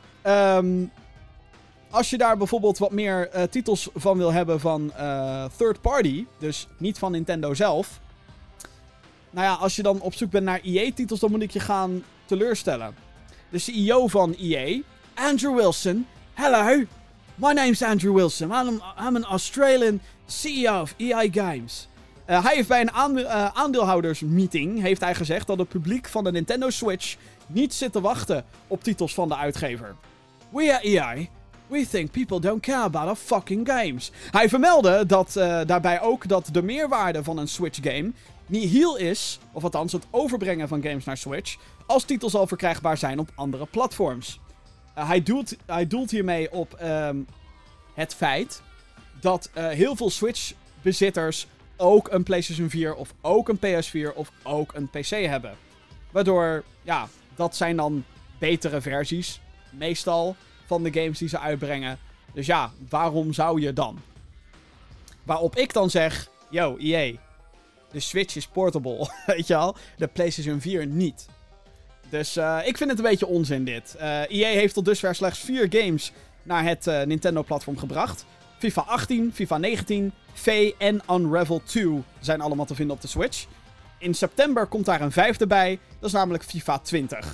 als je daar bijvoorbeeld wat meer titels van wil hebben van third party. Dus niet van Nintendo zelf. Nou ja, als je dan op zoek bent naar EA-titels, dan moet ik je gaan teleurstellen. De CEO van EA, Andrew Wilson. Hello, my name's Andrew Wilson. I'm an Australian CEO of EA Games. Hij heeft bij een aandeelhoudersmeeting heeft hij gezegd dat het publiek van de Nintendo Switch niet zit te wachten op titels van de uitgever. We at EA, we think people don't care about our fucking games. Hij vermeldde dat daarbij ook dat de meerwaarde van een Switch game nihil is, of althans het overbrengen van games naar Switch, als titels al verkrijgbaar zijn op andere platforms. Hij doelt hiermee op het feit dat heel veel Switch-bezitters ook een PlayStation 4 of ook een PS4 of ook een PC hebben. Waardoor, ja, dat zijn dan betere versies, meestal, van de games die ze uitbrengen. Dus ja, waarom zou je dan? Waarop ik dan zeg, yo, EA, de Switch is portable, weet je al? De PlayStation 4 niet. Dus ik vind het een beetje onzin dit. EA heeft tot dusver slechts 4 games naar het Nintendo-platform gebracht. FIFA 18, FIFA 19, V en Unravel 2 zijn allemaal te vinden op de Switch. In september komt daar een 5e bij. Dat is namelijk FIFA 20.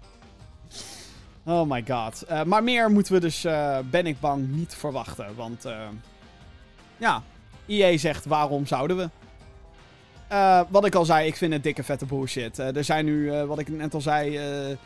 Oh my god. Maar meer moeten we dus, ben ik bang, niet verwachten. Want, ja, EA zegt, waarom zouden we? Wat ik al zei, ik vind het dikke vette bullshit. Er zijn nu, wat ik net al zei,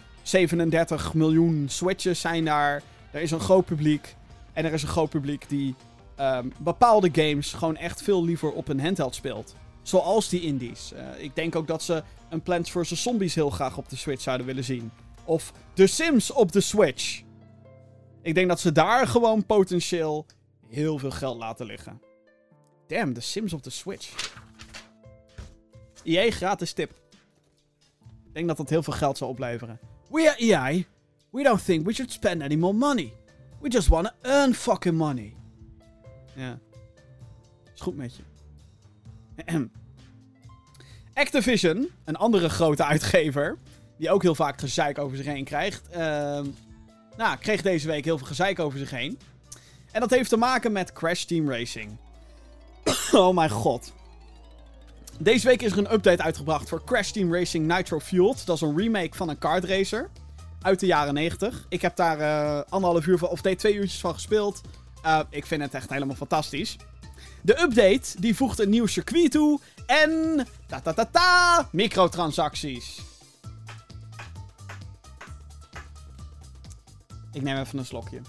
37 miljoen Switches zijn daar. Er is een groot publiek. En er is een groot publiek die bepaalde games gewoon echt veel liever op een handheld speelt. Zoals die indies. Ik denk ook dat ze een Plants vs. Zombies heel graag op de Switch zouden willen zien. Of The Sims op de Switch. Ik denk dat ze daar gewoon potentieel heel veel geld laten liggen. Damn, The Sims op de Switch. EA gratis tip. Ik denk dat dat heel veel geld zal opleveren. We are EA. We don't think we should spend any more money. We just want to earn fucking money. Ja. Is goed met je. Activision, een andere grote uitgever, die ook heel vaak gezeik over zich heen krijgt, kreeg deze week heel veel gezeik over zich heen. En dat heeft te maken met Crash Team Racing. Oh mijn god. Deze week is er een update uitgebracht voor Crash Team Racing Nitro Fueled. Dat is een remake van een kartracer uit de jaren 90. Ik heb daar 1,5 uur van, of 2 uurtjes van gespeeld. Ik vind het echt helemaal fantastisch. De update die voegt een nieuw circuit toe en microtransacties. Ik neem even een slokje.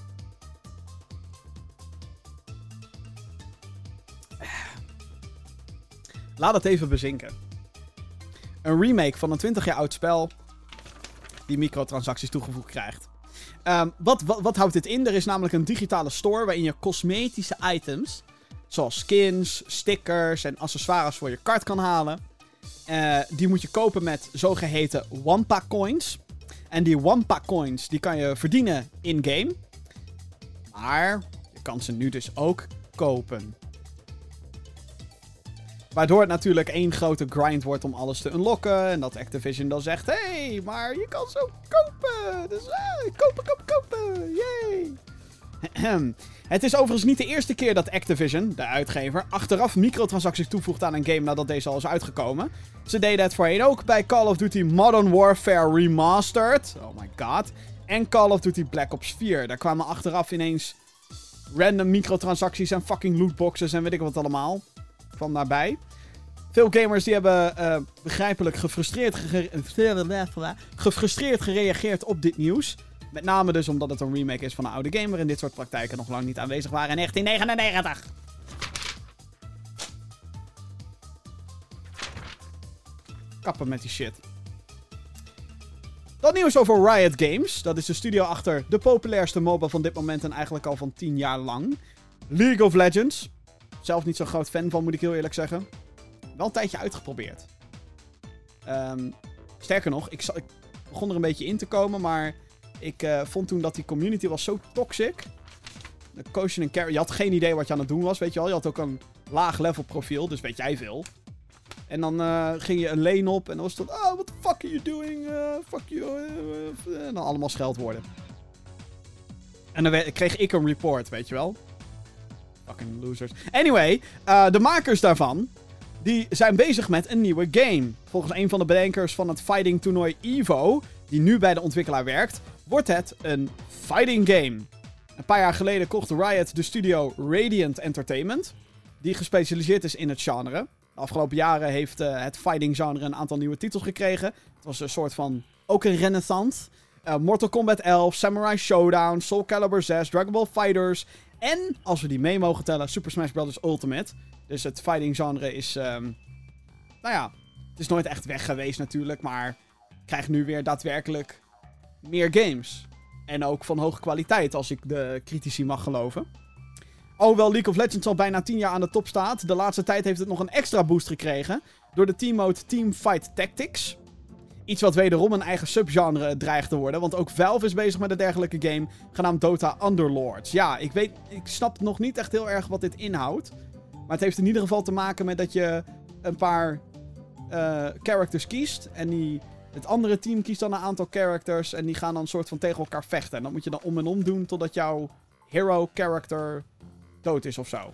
Laat het even bezinken. Een remake van een 20 jaar oud spel die microtransacties toegevoegd krijgt. Wat houdt dit in? Er is namelijk een digitale store waarin je cosmetische items, zoals skins, stickers en accessoires voor je kart kan halen. Die moet je kopen met zogeheten Wampa coins. En die Wampa coins die kan je verdienen in-game. Maar je kan ze nu dus ook kopen. Waardoor het natuurlijk één grote grind wordt om alles te unlocken. En dat Activision dan zegt, hey, maar je kan ze ook kopen. Dus kopen. Yay. Het is overigens niet de eerste keer dat Activision, de uitgever, achteraf microtransacties toevoegt aan een game nadat deze al is uitgekomen. Ze deden het voorheen ook bij Call of Duty Modern Warfare Remastered. Oh my god. En Call of Duty Black Ops 4. Daar kwamen achteraf ineens random microtransacties en fucking lootboxes en weet ik wat allemaal. Van daarbij. Veel gamers die hebben begrijpelijk gefrustreerd gereageerd op dit nieuws. Met name dus omdat het een remake is van een oude game waarin dit soort praktijken nog lang niet aanwezig waren in 1999. Kappen met die shit. Dan nieuws over Riot Games. Dat is de studio achter de populairste MOBA van dit moment en eigenlijk al van 10 jaar lang. League of Legends. Zelf niet zo'n groot fan van, moet ik heel eerlijk zeggen. Wel een tijdje uitgeprobeerd. Sterker nog, ik begon er een beetje in te komen, maar ik vond toen dat die community was zo toxic. De Quotient en Carry, je had geen idee wat je aan het doen was, weet je wel. Je had ook een laag level profiel, dus weet jij veel. En dan ging je een lane op en dan was het oh, what the fuck are you doing? Fuck you. En dan allemaal scheldwoorden. En dan kreeg ik een report, weet je wel. Fucking losers. Anyway, de makers daarvan, die zijn bezig met een nieuwe game. Volgens een van de bedenkers van het fighting toernooi EVO, die nu bij de ontwikkelaar werkt, wordt het een fighting game. Een paar jaar geleden kocht Riot de studio Radiant Entertainment, die gespecialiseerd is in het genre. De afgelopen jaren heeft het fighting genre een aantal nieuwe titels gekregen. Het was een soort van, ook een renaissance. Mortal Kombat 11, Samurai Showdown, Soul Calibur 6, Dragon Ball FighterZ. En, als we die mee mogen tellen, Super Smash Bros. Ultimate. Dus het fighting genre is, nou ja, het is nooit echt weg geweest natuurlijk. Maar krijgt nu weer daadwerkelijk meer games. En ook van hoge kwaliteit, als ik de critici mag geloven. Alhoewel League of Legends al bijna 10 jaar aan de top staat, de laatste tijd heeft het nog een extra boost gekregen door de teammode Teamfight Tactics. Iets wat wederom een eigen subgenre dreigt te worden, want ook Valve is bezig met een dergelijke game genaamd Dota Underlords. Ja, ik snap nog niet echt heel erg wat dit inhoudt, maar het heeft in ieder geval te maken met dat je een paar characters kiest en het andere team kiest dan een aantal characters en die gaan dan een soort van tegen elkaar vechten. En dat moet je dan om en om doen totdat jouw hero character dood is of zo.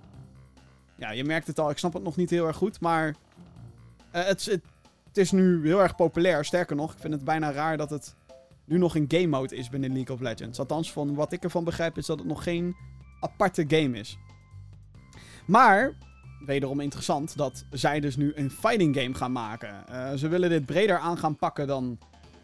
Ja, je merkt het al. Ik snap het nog niet heel erg goed. Maar het is nu heel erg populair. Sterker nog, ik vind het bijna raar dat het nu nog een game mode is binnen League of Legends. Althans, van wat ik ervan begrijp is dat het nog geen aparte game is. Maar, wederom interessant, dat zij dus nu een fighting game gaan maken. Ze willen dit breder aan gaan pakken dan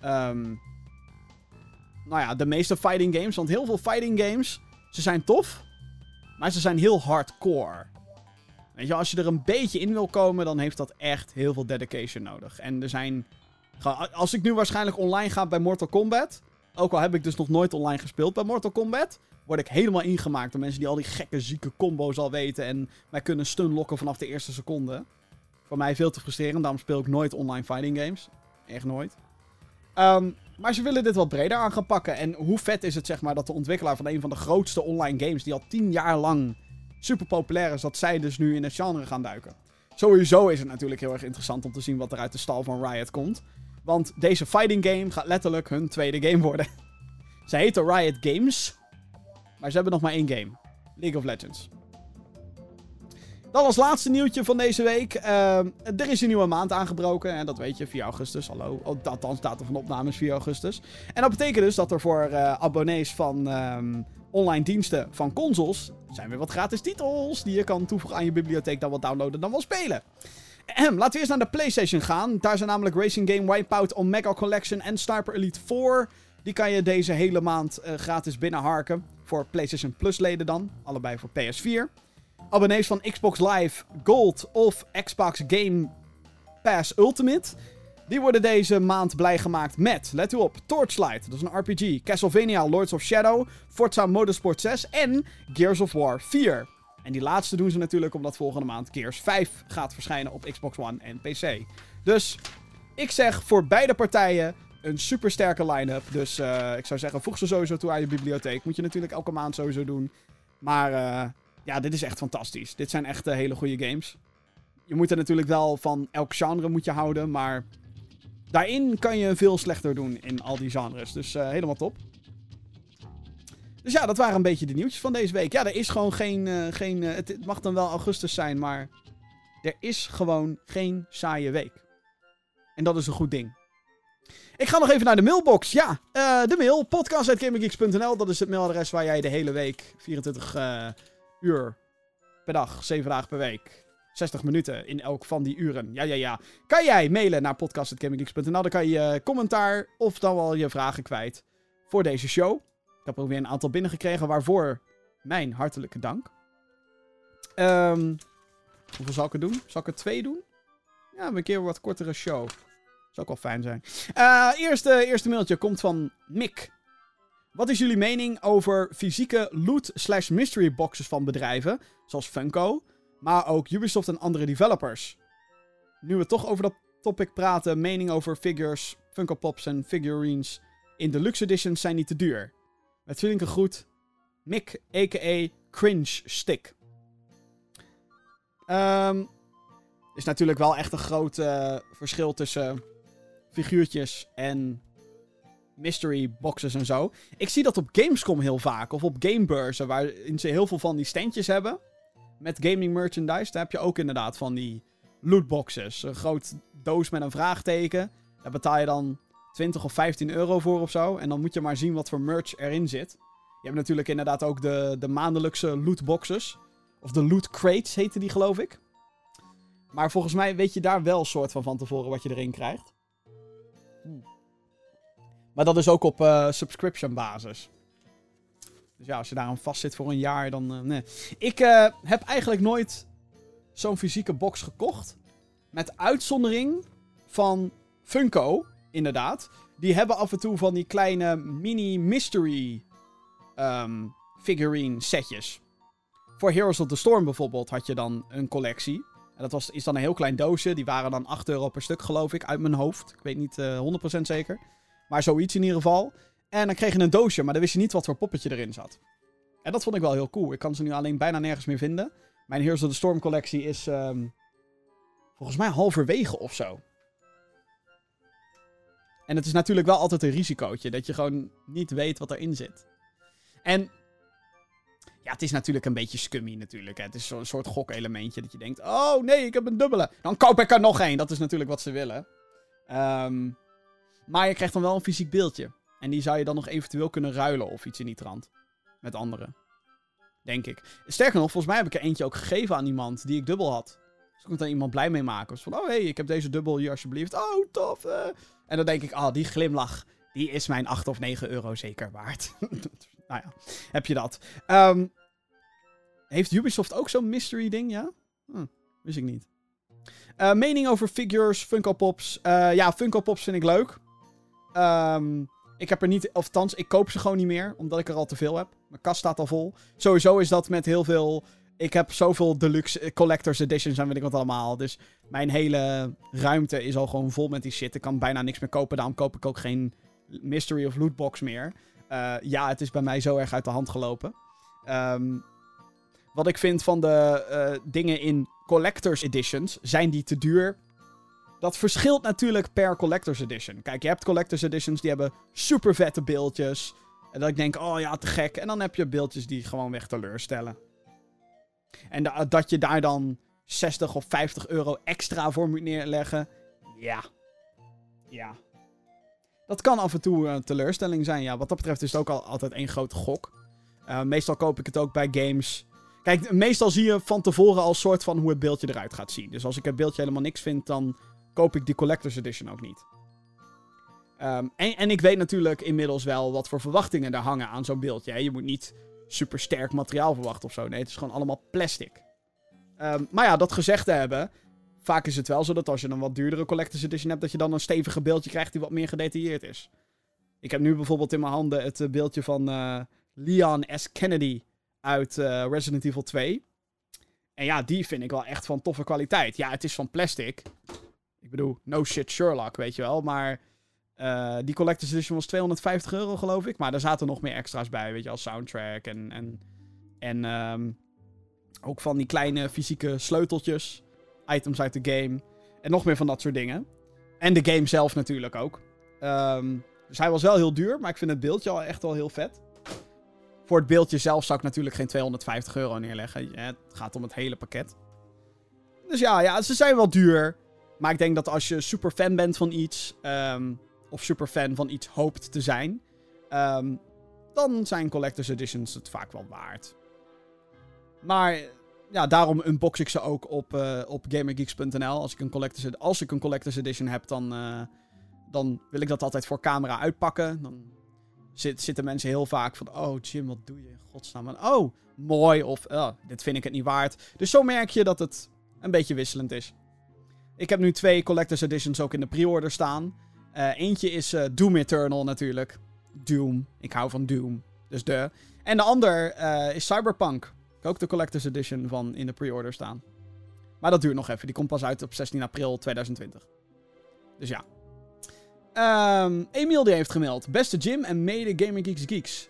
nou ja, de meeste fighting games. Want heel veel fighting games, ze zijn tof. Maar ze zijn heel hardcore. Weet je, als je er een beetje in wil komen, dan heeft dat echt heel veel dedication nodig. En er zijn... Als ik nu waarschijnlijk online ga bij Mortal Kombat, ook al heb ik dus nog nooit online gespeeld bij Mortal Kombat, word ik helemaal ingemaakt door mensen die al die gekke, zieke combo's al weten en mij kunnen stunlocken vanaf de eerste seconde. Voor mij veel te frustrerend, daarom speel ik nooit online fighting games. Echt nooit. Maar ze willen dit wat breder aan gaan pakken. En hoe vet is het, zeg maar, dat de ontwikkelaar van een van de grootste online games, die al 10 jaar lang super populair is, dat zij dus nu in het genre gaan duiken. Sowieso is het natuurlijk heel erg interessant om te zien wat er uit de stal van Riot komt. Want deze fighting game gaat letterlijk hun tweede game worden. Ze heten Riot Games, maar ze hebben nog maar 1 game. League of Legends. Dan als laatste nieuwtje van deze week. Er is een nieuwe maand aangebroken. En dat weet je, 4 augustus. Hallo. Althans, datum van opname is 4 augustus. En dat betekent dus dat er voor abonnees van online diensten van consoles zijn weer wat gratis titels die je kan toevoegen aan je bibliotheek, dan wat downloaden, dan wel spelen. Laten we eerst naar de PlayStation gaan. Daar zijn namelijk Racing Game Wipeout, Omega Collection en Sniper Elite 4. Die kan je deze hele maand gratis binnenharken. Voor PlayStation Plus leden dan. Allebei voor PS4. Abonnees van Xbox Live Gold of Xbox Game Pass Ultimate, die worden deze maand blij gemaakt met, let u op, Torchlight, dat is een RPG, Castlevania Lords of Shadow, Forza Motorsport 6 en Gears of War 4. En die laatste doen ze natuurlijk omdat volgende maand Gears 5 gaat verschijnen op Xbox One en PC. Dus ik zeg voor beide partijen een super sterke line-up. Dus ik zou zeggen, voeg ze sowieso toe aan je bibliotheek. Moet je natuurlijk elke maand sowieso doen. Maar ja, dit is echt fantastisch. Dit zijn echt hele goede games. Je moet er natuurlijk wel van elk genre moet je houden, maar daarin kan je veel slechter doen in al die genres. Dus helemaal top. Dus ja, dat waren een beetje de nieuwtjes van deze week. Ja, er is gewoon geen het mag dan wel augustus zijn, maar er is gewoon geen saaie week. En dat is een goed ding. Ik ga nog even naar de mailbox. Ja, de mail. podcast@gaminggeeks.nl. Dat is het mailadres waar jij de hele week 24 uur per dag, 7 dagen per week, 60 minuten in elk van die uren. Ja. Kan jij mailen naar podcast@gaminggeeks.nl. Dan kan je commentaar of dan wel je vragen kwijt voor deze show. Ik heb er weer een aantal binnengekregen, waarvoor mijn hartelijke dank. Hoeveel zal ik er doen? Zal ik er 2 doen? Ja, een keer een wat kortere show. Zou ook wel fijn zijn. Eerste mailtje komt van Mick. Wat is jullie mening over fysieke loot/mystery boxes van bedrijven, zoals Funko, maar ook Ubisoft en andere developers? Nu we toch over dat topic praten, mening over figures, Funko Pops en figurines in deluxe editions zijn niet te duur. Met vriendelijke groet, Mick, a.k.a. Cringe Stick. Is natuurlijk wel echt een groot verschil tussen figuurtjes en mystery boxes en zo. Ik zie dat op Gamescom heel vaak, of op gamebeurzen, waarin ze heel veel van die standjes hebben. Met gaming merchandise, daar heb je ook inderdaad van die lootboxes. Een groot doos met een vraagteken. Daar betaal je dan 20 of 15 euro voor of zo. En dan moet je maar zien wat voor merch erin zit. Je hebt natuurlijk inderdaad ook de maandelijkse lootboxes. Of de loot crates heten die, geloof ik. Maar volgens mij weet je daar wel soort van tevoren wat je erin krijgt. Maar dat is ook op subscription basis. Dus ja, als je daar aan vast zit voor een jaar, dan... nee. Ik heb eigenlijk nooit zo'n fysieke box gekocht. Met uitzondering van Funko, inderdaad. Die hebben af en toe van die kleine mini mystery figurine setjes. Voor Heroes of the Storm bijvoorbeeld had je dan een collectie. En dat is dan een heel klein doosje. Die waren dan 8 euro per stuk, geloof ik, uit mijn hoofd. Ik weet niet 100% zeker. Maar zoiets in ieder geval. En dan kreeg je een doosje, maar dan wist je niet wat voor poppetje erin zat. En dat vond ik wel heel cool. Ik kan ze nu alleen bijna nergens meer vinden. Mijn Heroes of the Storm collectie is volgens mij halverwege of zo. En het is natuurlijk wel altijd een risicootje. Dat je gewoon niet weet wat erin zit. En ja, het is natuurlijk een beetje scummy natuurlijk. Hè. Het is zo'n soort gokelementje dat je denkt... Oh nee, ik heb een dubbele. Dan koop ik er nog één. Dat is natuurlijk wat ze willen. Maar je krijgt dan wel een fysiek beeldje. En die zou je dan nog eventueel kunnen ruilen of iets in die trant. Met anderen. Denk ik. Sterker nog, volgens mij heb ik er eentje ook gegeven aan iemand die ik dubbel had. Dus ik moet dan iemand blij mee maken. Dus van, oh hey, ik heb deze dubbel hier alsjeblieft. Oh, tof. En dan denk ik, die glimlach, die is mijn 8 of 9 euro zeker waard. Nou ja, heb je dat. Heeft Ubisoft ook zo'n mystery ding, ja? Wist ik niet. Mening over figures, Funko Pops. Ja, Funko Pops vind ik leuk. Ik heb er niet... Of althans, ik koop ze gewoon niet meer. Omdat ik er al te veel heb. Mijn kast staat al vol. Sowieso is dat met heel veel... Ik heb zoveel deluxe collector's editions en weet ik wat allemaal. Dus mijn hele ruimte is al gewoon vol met die shit. Ik kan bijna niks meer kopen. Daarom koop ik ook geen mystery of lootbox meer. Ja, het is bij mij zo erg uit de hand gelopen. Wat ik vind van de dingen in collector's editions... Zijn die te duur? Dat verschilt natuurlijk per collector's edition. Kijk, je hebt collector's editions die hebben super vette beeldjes. En dat ik denk, oh ja, te gek. En dan heb je beeldjes die gewoon weg teleurstellen. En dat je daar dan 60 of 50 euro extra voor moet neerleggen. Ja. Ja. Dat kan af en toe een teleurstelling zijn. Ja, wat dat betreft is het ook altijd één grote gok. Meestal koop ik het ook bij games. Kijk, meestal zie je van tevoren al soort van hoe het beeldje eruit gaat zien. Dus als ik het beeldje helemaal niks vind, dan koop ik die Collector's Edition ook niet. En ik weet natuurlijk inmiddels wel wat voor verwachtingen er hangen aan zo'n beeldje. Hè? Je moet niet super sterk materiaal verwachten of zo. Nee, het is gewoon allemaal plastic. Maar ja, dat gezegd te hebben, vaak is het wel zo dat als je een wat duurdere Collector's Edition hebt, dat je dan een stevige beeldje krijgt die wat meer gedetailleerd is. Ik heb nu bijvoorbeeld in mijn handen het beeldje van Leon S. Kennedy uit Resident Evil 2. En ja, die vind ik wel echt van toffe kwaliteit. Ja, het is van plastic. Ik bedoel, no shit Sherlock, weet je wel. Maar die Collector's Edition was 250 euro, geloof ik. Maar daar zaten nog meer extra's bij, weet je, als soundtrack en ook van die kleine fysieke sleuteltjes. Items uit de game. En nog meer van dat soort dingen. En de game zelf natuurlijk ook. Dus hij was wel heel duur, maar ik vind het beeldje al echt wel heel vet. Voor het beeldje zelf zou ik natuurlijk geen 250 euro neerleggen. Ja, het gaat om het hele pakket. Dus ja, ze zijn wel duur. Maar ik denk dat als je super fan bent van iets, of super fan van iets hoopt te zijn, dan zijn Collector's Editions het vaak wel waard. Maar ja, daarom unbox ik ze ook op GamerGeeks.nl. Als ik een Collector's Edition heb, dan wil ik dat altijd voor camera uitpakken. Dan zitten mensen heel vaak van, oh Jim, wat doe je in godsnaam? En, oh, mooi, of dit vind ik het niet waard. Dus zo merk je dat het een beetje wisselend is. Ik heb nu 2 Collector's Editions ook in de pre-order staan. Eentje is Doom Eternal natuurlijk. Doom. Ik hou van Doom. Dus de. En de ander is Cyberpunk. Ik heb ook de Collector's Edition van in de pre-order staan. Maar dat duurt nog even. Die komt pas uit op 16 april 2020. Dus ja. Emiel die heeft gemeld. Beste Jim en mede Gaming Geeks Geeks.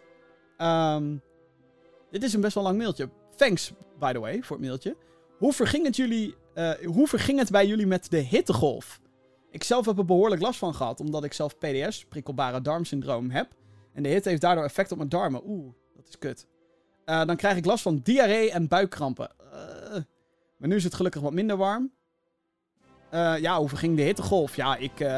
Dit is een best wel lang mailtje. Thanks, by the way, voor het mailtje. Hoe verging het bij jullie met de hittegolf? Ik zelf heb er behoorlijk last van gehad, omdat ik zelf PDS, prikkelbare darmsyndroom, heb. En de hitte heeft daardoor effect op mijn darmen. Oeh, dat is kut. Dan krijg ik last van diarree en buikkrampen. Maar nu is het gelukkig wat minder warm. Ja, hoe verging de hittegolf? Ja,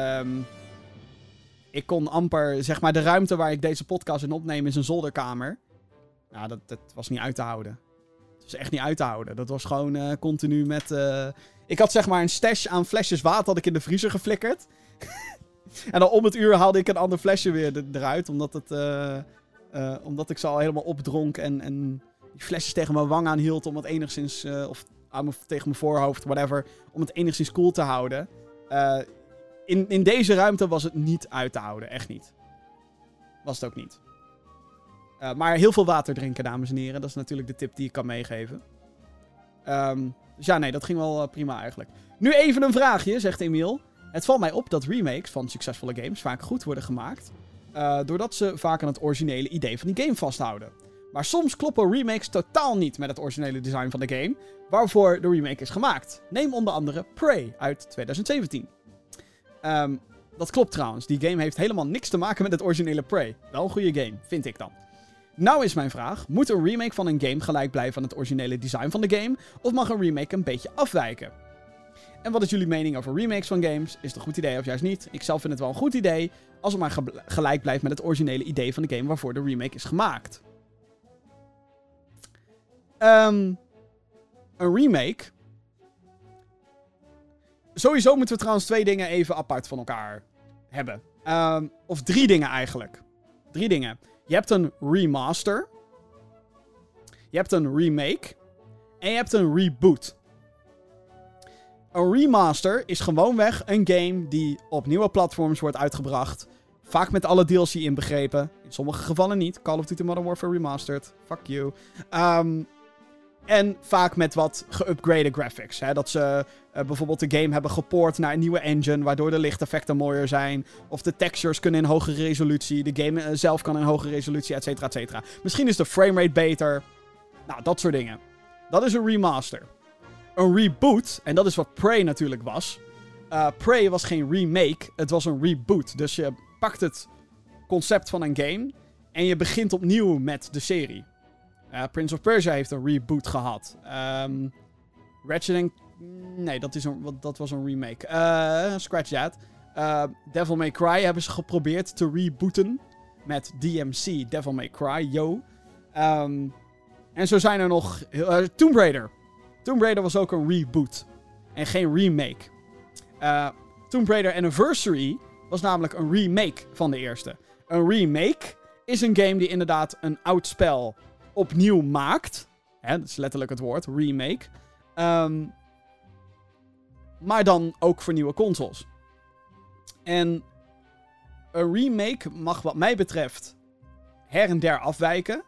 ik kon amper, zeg maar, de ruimte waar ik deze podcast in opneem is een zolderkamer. Nou, dat was niet uit te houden. Het was echt niet uit te houden. Dat was gewoon continu met... Ik had zeg maar een stash aan flesjes water had ik in de vriezer geflikkerd. En dan om het uur haalde ik een ander flesje weer eruit. Omdat ik ze al helemaal opdronk en die flesjes tegen mijn wang aanhield om het enigszins... of tegen mijn voorhoofd, whatever. Om het enigszins koel te houden. In deze ruimte was het niet uit te houden. Echt niet. Was het ook niet. Maar heel veel water drinken, dames en heren. Dat is natuurlijk de tip die ik kan meegeven. Dus ja, nee, dat ging wel prima eigenlijk. Nu even een vraagje, zegt Emiel. Het valt mij op dat remakes van succesvolle games vaak goed worden gemaakt. Doordat ze vaak aan het originele idee van die game vasthouden. Maar soms kloppen remakes totaal niet met het originele design van de game, waarvoor de remake is gemaakt. Neem onder andere Prey uit 2017. Dat klopt trouwens. Die game heeft helemaal niks te maken met het originele Prey. Wel een goede game, vind ik dan. Nou is mijn vraag, moet een remake van een game gelijk blijven aan het originele design van de game, of mag een remake een beetje afwijken? En wat is jullie mening over remakes van games? Is het een goed idee of juist niet? Ik zelf vind het wel een goed idee, als het maar gelijk blijft met het originele idee van de game waarvoor de remake is gemaakt. Een remake. Sowieso moeten we trouwens 2 dingen even apart van elkaar hebben. Of 3 dingen eigenlijk. 3 dingen. Je hebt een remaster. Je hebt een remake. En je hebt een reboot. Een remaster is gewoonweg een game die op nieuwe platforms wordt uitgebracht. Vaak met alle DLC inbegrepen. In sommige gevallen niet. Call of Duty Modern Warfare Remastered. Fuck you. En vaak met wat geupgrade graphics. Hè? Dat ze bijvoorbeeld de game hebben gepoord naar een nieuwe engine, waardoor de lichteffecten mooier zijn. Of de textures kunnen in hogere resolutie. De game zelf kan in hogere resolutie, et cetera, et cetera. Misschien is de framerate beter. Nou, dat soort dingen. Dat is een remaster. Een reboot, en dat is wat Prey natuurlijk was. Prey was geen remake, het was een reboot. Dus je pakt het concept van een game en je begint opnieuw met de serie. Prince of Persia heeft een reboot gehad. Ratchet & Nee, dat was een remake. Scratch that. Devil May Cry hebben ze geprobeerd te rebooten. Met DMC, Devil May Cry, yo. En zo zijn er nog... Tomb Raider. Tomb Raider was ook een reboot. En geen remake. Tomb Raider Anniversary was namelijk een remake van de eerste. Een remake is een game die inderdaad een oud spel opnieuw maakt. Hè, dat is letterlijk het woord, remake. Maar dan ook voor nieuwe consoles. En een remake mag wat mij betreft her en der afwijken.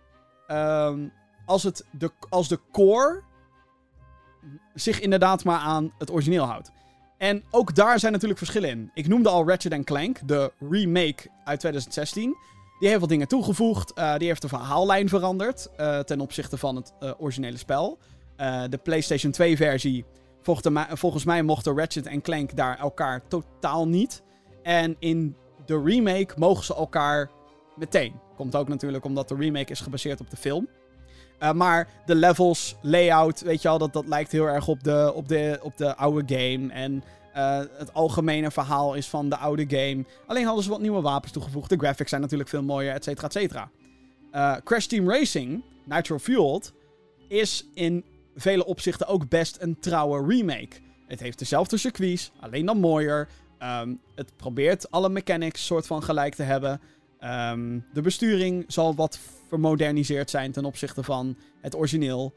Als de core zich inderdaad maar aan het origineel houdt. En ook daar zijn natuurlijk verschillen in. Ik noemde al Ratchet & Clank, de remake uit 2016. Die heeft wat dingen toegevoegd. Die heeft de verhaallijn veranderd ten opzichte van het originele spel. De PlayStation 2 versie, volgens mij mochten Ratchet & Clank daar elkaar totaal niet. En in de remake mogen ze elkaar meteen. Komt ook natuurlijk omdat de remake is gebaseerd op de film. Maar de levels, layout, weet je wel, dat lijkt heel erg op de oude game. En het algemene verhaal is van de oude game. Alleen hadden ze wat nieuwe wapens toegevoegd. De graphics zijn natuurlijk veel mooier, et cetera, et cetera. Crash Team Racing, Nitro Fueled, is in vele opzichten ook best een trouwe remake. Het heeft dezelfde circuits, alleen dan mooier. Het probeert alle mechanics soort van gelijk te hebben. De besturing zal wat vermoderniseerd zijn ten opzichte van het origineel.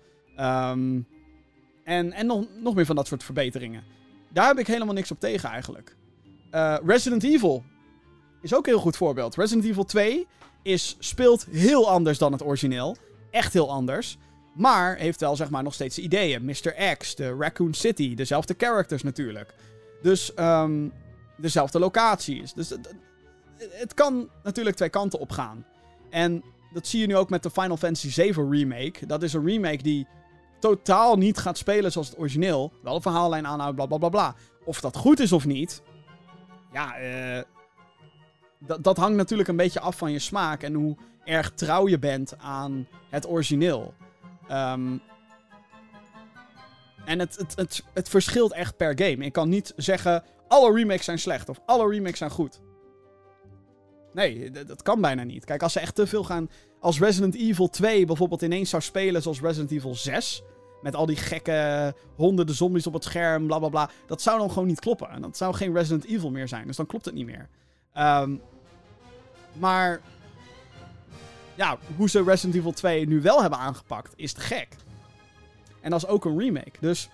En nog meer van dat soort verbeteringen. Daar heb ik helemaal niks op tegen eigenlijk. Resident Evil is ook een heel goed voorbeeld. Resident Evil 2 speelt heel anders dan het origineel. Echt heel anders. Maar heeft wel, zeg maar, nog steeds de ideeën. Mr. X, de Raccoon City, dezelfde characters natuurlijk. Dus, dezelfde locaties. Dus het kan natuurlijk twee kanten op gaan. En dat zie je nu ook met de Final Fantasy 7 remake. Dat is een remake die totaal niet gaat spelen zoals het origineel. Wel een verhaallijn aanhoudt, blablabla. Of dat goed is of niet. Ja, dat hangt natuurlijk een beetje af van je smaak. En hoe erg trouw je bent aan het origineel. En het verschilt echt per game. Ik kan niet zeggen, alle remakes zijn slecht. Of alle remakes zijn goed. Nee, dat kan bijna niet. Kijk, als ze echt te veel gaan... Als Resident Evil 2 bijvoorbeeld ineens zou spelen zoals Resident Evil 6... Met al die gekke honderden zombies op het scherm, blablabla... Dat zou dan gewoon niet kloppen. En dat zou geen Resident Evil meer zijn. Dus dan klopt het niet meer. Maar... Ja, hoe ze Resident Evil 2 nu wel hebben aangepakt, is te gek. En dat is ook een remake. Dus...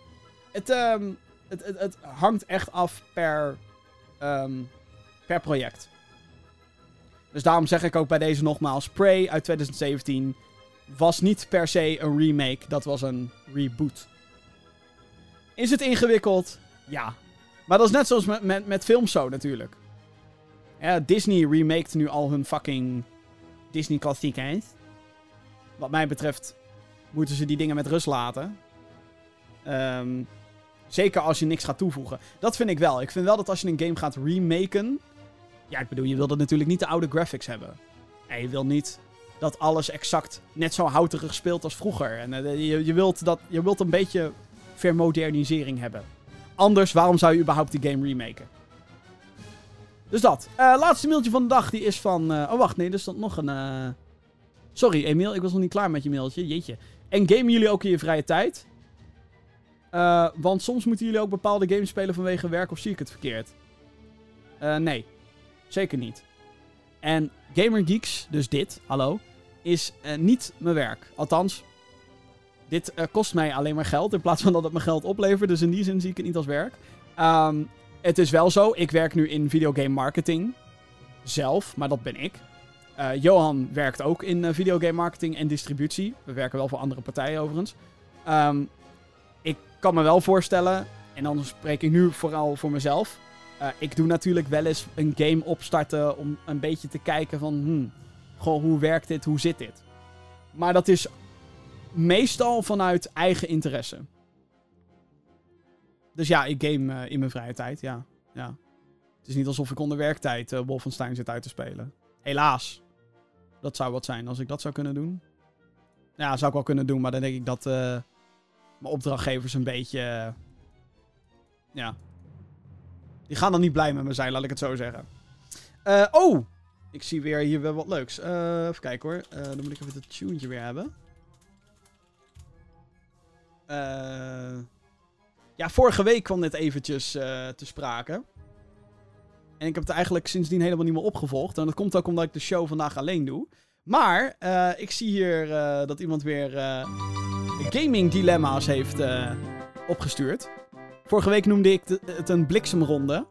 Het hangt echt af per project. Dus daarom zeg ik ook bij deze nogmaals... Prey uit 2017 was niet per se een remake. Dat was een reboot. Is het ingewikkeld? Ja. Maar dat is net zoals met films zo natuurlijk. Ja, Disney remaked nu al hun fucking Disney klassiekers. Wat mij betreft moeten ze die dingen met rust laten. Zeker als je niks gaat toevoegen. Dat vind ik wel. Ik vind wel dat als je een game gaat remaken... Ja, ik bedoel, je wil dat natuurlijk niet de oude graphics hebben. En je wil niet dat alles exact net zo houterig speelt als vroeger. En je wilt een beetje vermodernisering hebben. Anders, waarom zou je überhaupt die game remaken? Dus dat. Laatste mailtje van de dag, die is van... oh, wacht, nee, er stond nog een... Sorry, Emiel, ik was nog niet klaar met je mailtje. Jeetje. En gamen jullie ook in je vrije tijd? Want soms moeten jullie ook bepaalde games spelen vanwege werk, of zie ik het verkeerd? Nee. Zeker niet. En Gamer Geeks, dus dit, hallo, is niet mijn werk. Althans, dit kost mij alleen maar geld in plaats van dat het me geld oplevert. Dus in die zin zie ik het niet als werk. Het is wel zo, ik werk nu in videogame marketing. Zelf, maar dat ben ik. Johan werkt ook in videogame marketing en distributie. We werken wel voor andere partijen overigens. Ik kan me wel voorstellen, en dan spreek ik nu vooral voor mezelf... ik doe natuurlijk wel eens een game opstarten om een beetje te kijken van... Goh, hoe werkt dit? Hoe zit dit? Maar dat is meestal vanuit eigen interesse. Dus ja, ik game in mijn vrije tijd, ja. Het is niet alsof ik onder werktijd Wolfenstein zit uit te spelen. Helaas. Dat zou wat zijn als ik dat zou kunnen doen. Ja, dat zou ik wel kunnen doen, maar dan denk ik dat mijn opdrachtgevers een beetje... ja... Die gaan dan niet blij met me zijn, laat ik het zo zeggen. Oh! Ik zie weer hier wel wat leuks. Even kijken hoor. Dan moet ik even het tunetje weer hebben. Ja, vorige week kwam dit eventjes te sprake. En ik heb het eigenlijk sindsdien helemaal niet meer opgevolgd. En dat komt ook omdat ik de show vandaag alleen doe. Maar ik zie hier dat iemand weer gaming dilemma's heeft opgestuurd. Vorige week noemde ik het een bliksemronde.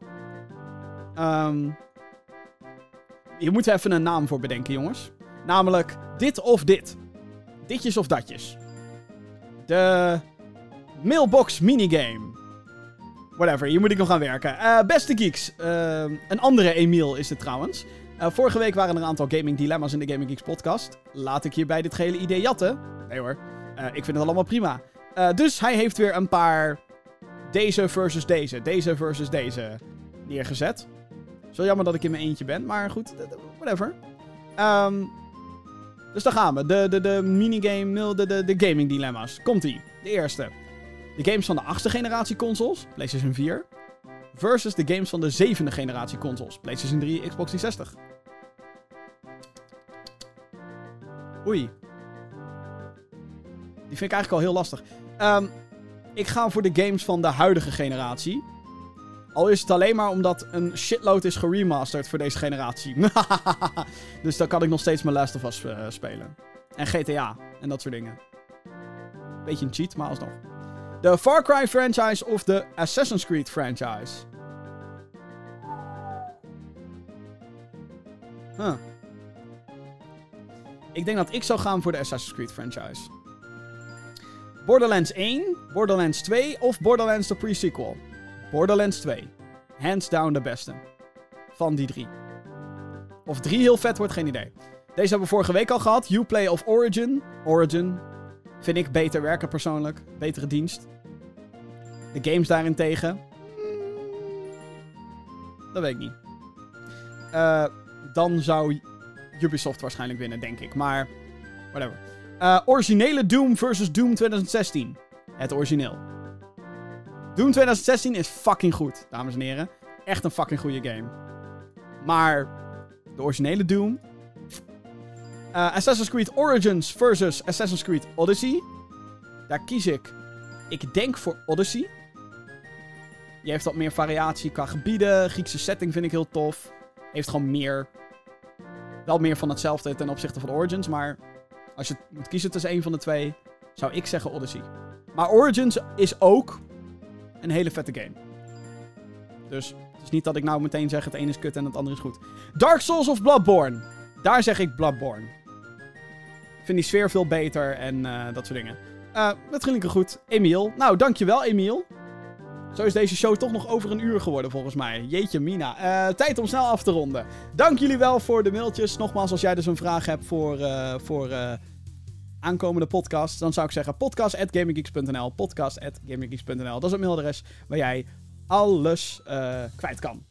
Hier moeten we even een naam voor bedenken, jongens. Namelijk dit of dit. Ditjes of datjes. De mailbox minigame. Whatever, hier moet ik nog gaan werken. Beste geeks. Een andere Emiel is het trouwens. Vorige week waren er een aantal gaming dilemma's in de Gaming Geeks podcast. Laat ik hierbij dit gehele idee jatten? Nee hoor. Ik vind het allemaal prima. Dus hij heeft weer een paar... Deze versus deze. Deze versus deze. Neergezet. Zo jammer dat ik in mijn eentje ben. Maar goed. Whatever. Dus daar gaan we. De minigame. De gaming dilemma's. Komt-ie. De eerste. De games van de 8e generatie consoles. PlayStation 4. Versus de games van de 7e generatie consoles. PlayStation 3, Xbox 360. Oei. Die vind ik eigenlijk al heel lastig. Ik ga voor de games van de huidige generatie. Al is het alleen maar omdat een shitload is geremasterd voor deze generatie. Dus dan kan ik nog steeds mijn Last of Us spelen. En GTA. En dat soort dingen. Beetje een cheat, maar alsnog. De Far Cry franchise of de Assassin's Creed franchise? Ik denk dat ik zou gaan voor de Assassin's Creed franchise. Borderlands 1, Borderlands 2 of Borderlands de pre-sequel? Borderlands 2. Hands down de beste. Van die 3. Of 3 heel vet wordt, geen idee. Deze hebben we vorige week al gehad. Uplay of Origin. Origin. Vind ik beter werken persoonlijk. Betere dienst. De games daarentegen. Dat weet ik niet. Dan zou Ubisoft waarschijnlijk winnen, denk ik. Maar, whatever. Originele Doom versus Doom 2016. Het origineel. Doom 2016 is fucking goed, dames en heren. Echt een fucking goede game. Maar de originele Doom... Assassin's Creed Origins versus Assassin's Creed Odyssey. Daar kies ik. Ik denk voor Odyssey. Je heeft wat meer variatie qua gebieden. Griekse setting vind ik heel tof. Heeft gewoon meer... Wel meer van hetzelfde ten opzichte van Origins. Maar als je moet kiezen tussen één van de twee... zou ik zeggen Odyssey. Maar Origins is ook... een hele vette game. Dus het is niet dat ik nou meteen zeg... het een is kut en het andere is goed. Dark Souls of Bloodborne? Daar zeg ik Bloodborne. Ik vind die sfeer veel beter en dat soort dingen. Dat ging ik goed. Emiel. Nou, dankjewel Emiel. Zo is deze show toch nog over een uur geworden volgens mij. Jeetje mina. Tijd om snel af te ronden. Dank jullie wel voor de mailtjes. Nogmaals, als jij dus een vraag hebt voor aankomende podcast... dan zou ik zeggen podcast@gaminggeeks.nl. Podcast@gaminggeeks.nl. Dat is het mailadres waar jij alles kwijt kan.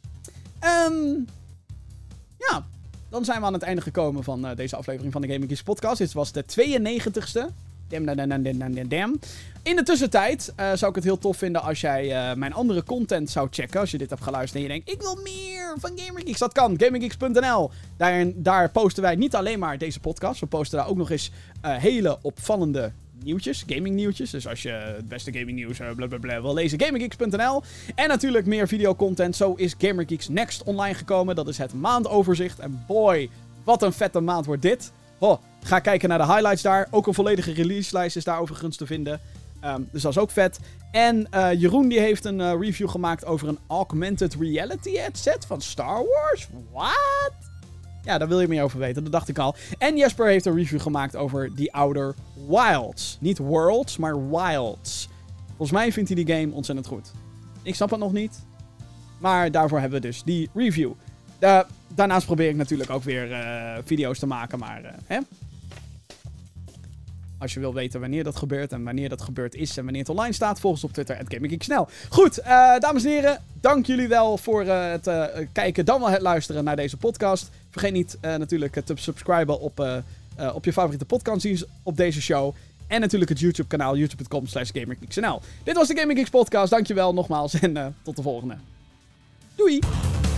Ja... Dan zijn we aan het einde gekomen van deze aflevering van de Gaming Geeks podcast. Dit was de 92ste. Damn. In de tussentijd zou ik het heel tof vinden als jij mijn andere content zou checken. Als je dit hebt geluisterd en je denkt, ik wil meer van Gaming Geeks. Dat kan, gaminggeeks.nl. Daar posten wij niet alleen maar deze podcast. We posten daar ook nog eens hele opvallende nieuwtjes, gaming nieuwtjes. Dus als je het beste gaming nieuws blablabla wil lezen, gaminggeeks.nl. En natuurlijk meer videocontent. Zo is Gamer Geeks Next online gekomen. Dat is het maandoverzicht. En boy, wat een vette maand wordt dit. Ga kijken naar de highlights daar. Ook een volledige release-lijst is daar overigens te vinden. Dus dat is ook vet. En Jeroen die heeft een review gemaakt over een augmented reality headset van Star Wars. What? Ja, daar wil je meer over weten. Dat dacht ik al. En Jesper heeft een review gemaakt over The Outer Wilds. Niet Worlds, maar Wilds. Volgens mij vindt hij die game ontzettend goed. Ik snap het nog niet. Maar daarvoor hebben we dus die review. Daarnaast probeer ik natuurlijk ook weer video's te maken. Maar als je wil weten wanneer dat gebeurt en wanneer dat gebeurd is en wanneer het online staat, volg ons op Twitter @GamingGeeksNL. Goed, dames en heren, dank jullie wel voor het kijken, dan wel het luisteren naar deze podcast. Vergeet niet natuurlijk te subscriben op je favoriete podcastdienst op deze show. En natuurlijk het YouTube kanaal, youtube.com/GamingGeeksNL. Dit was de Gaming Geeks podcast, dankjewel nogmaals en tot de volgende. Doei!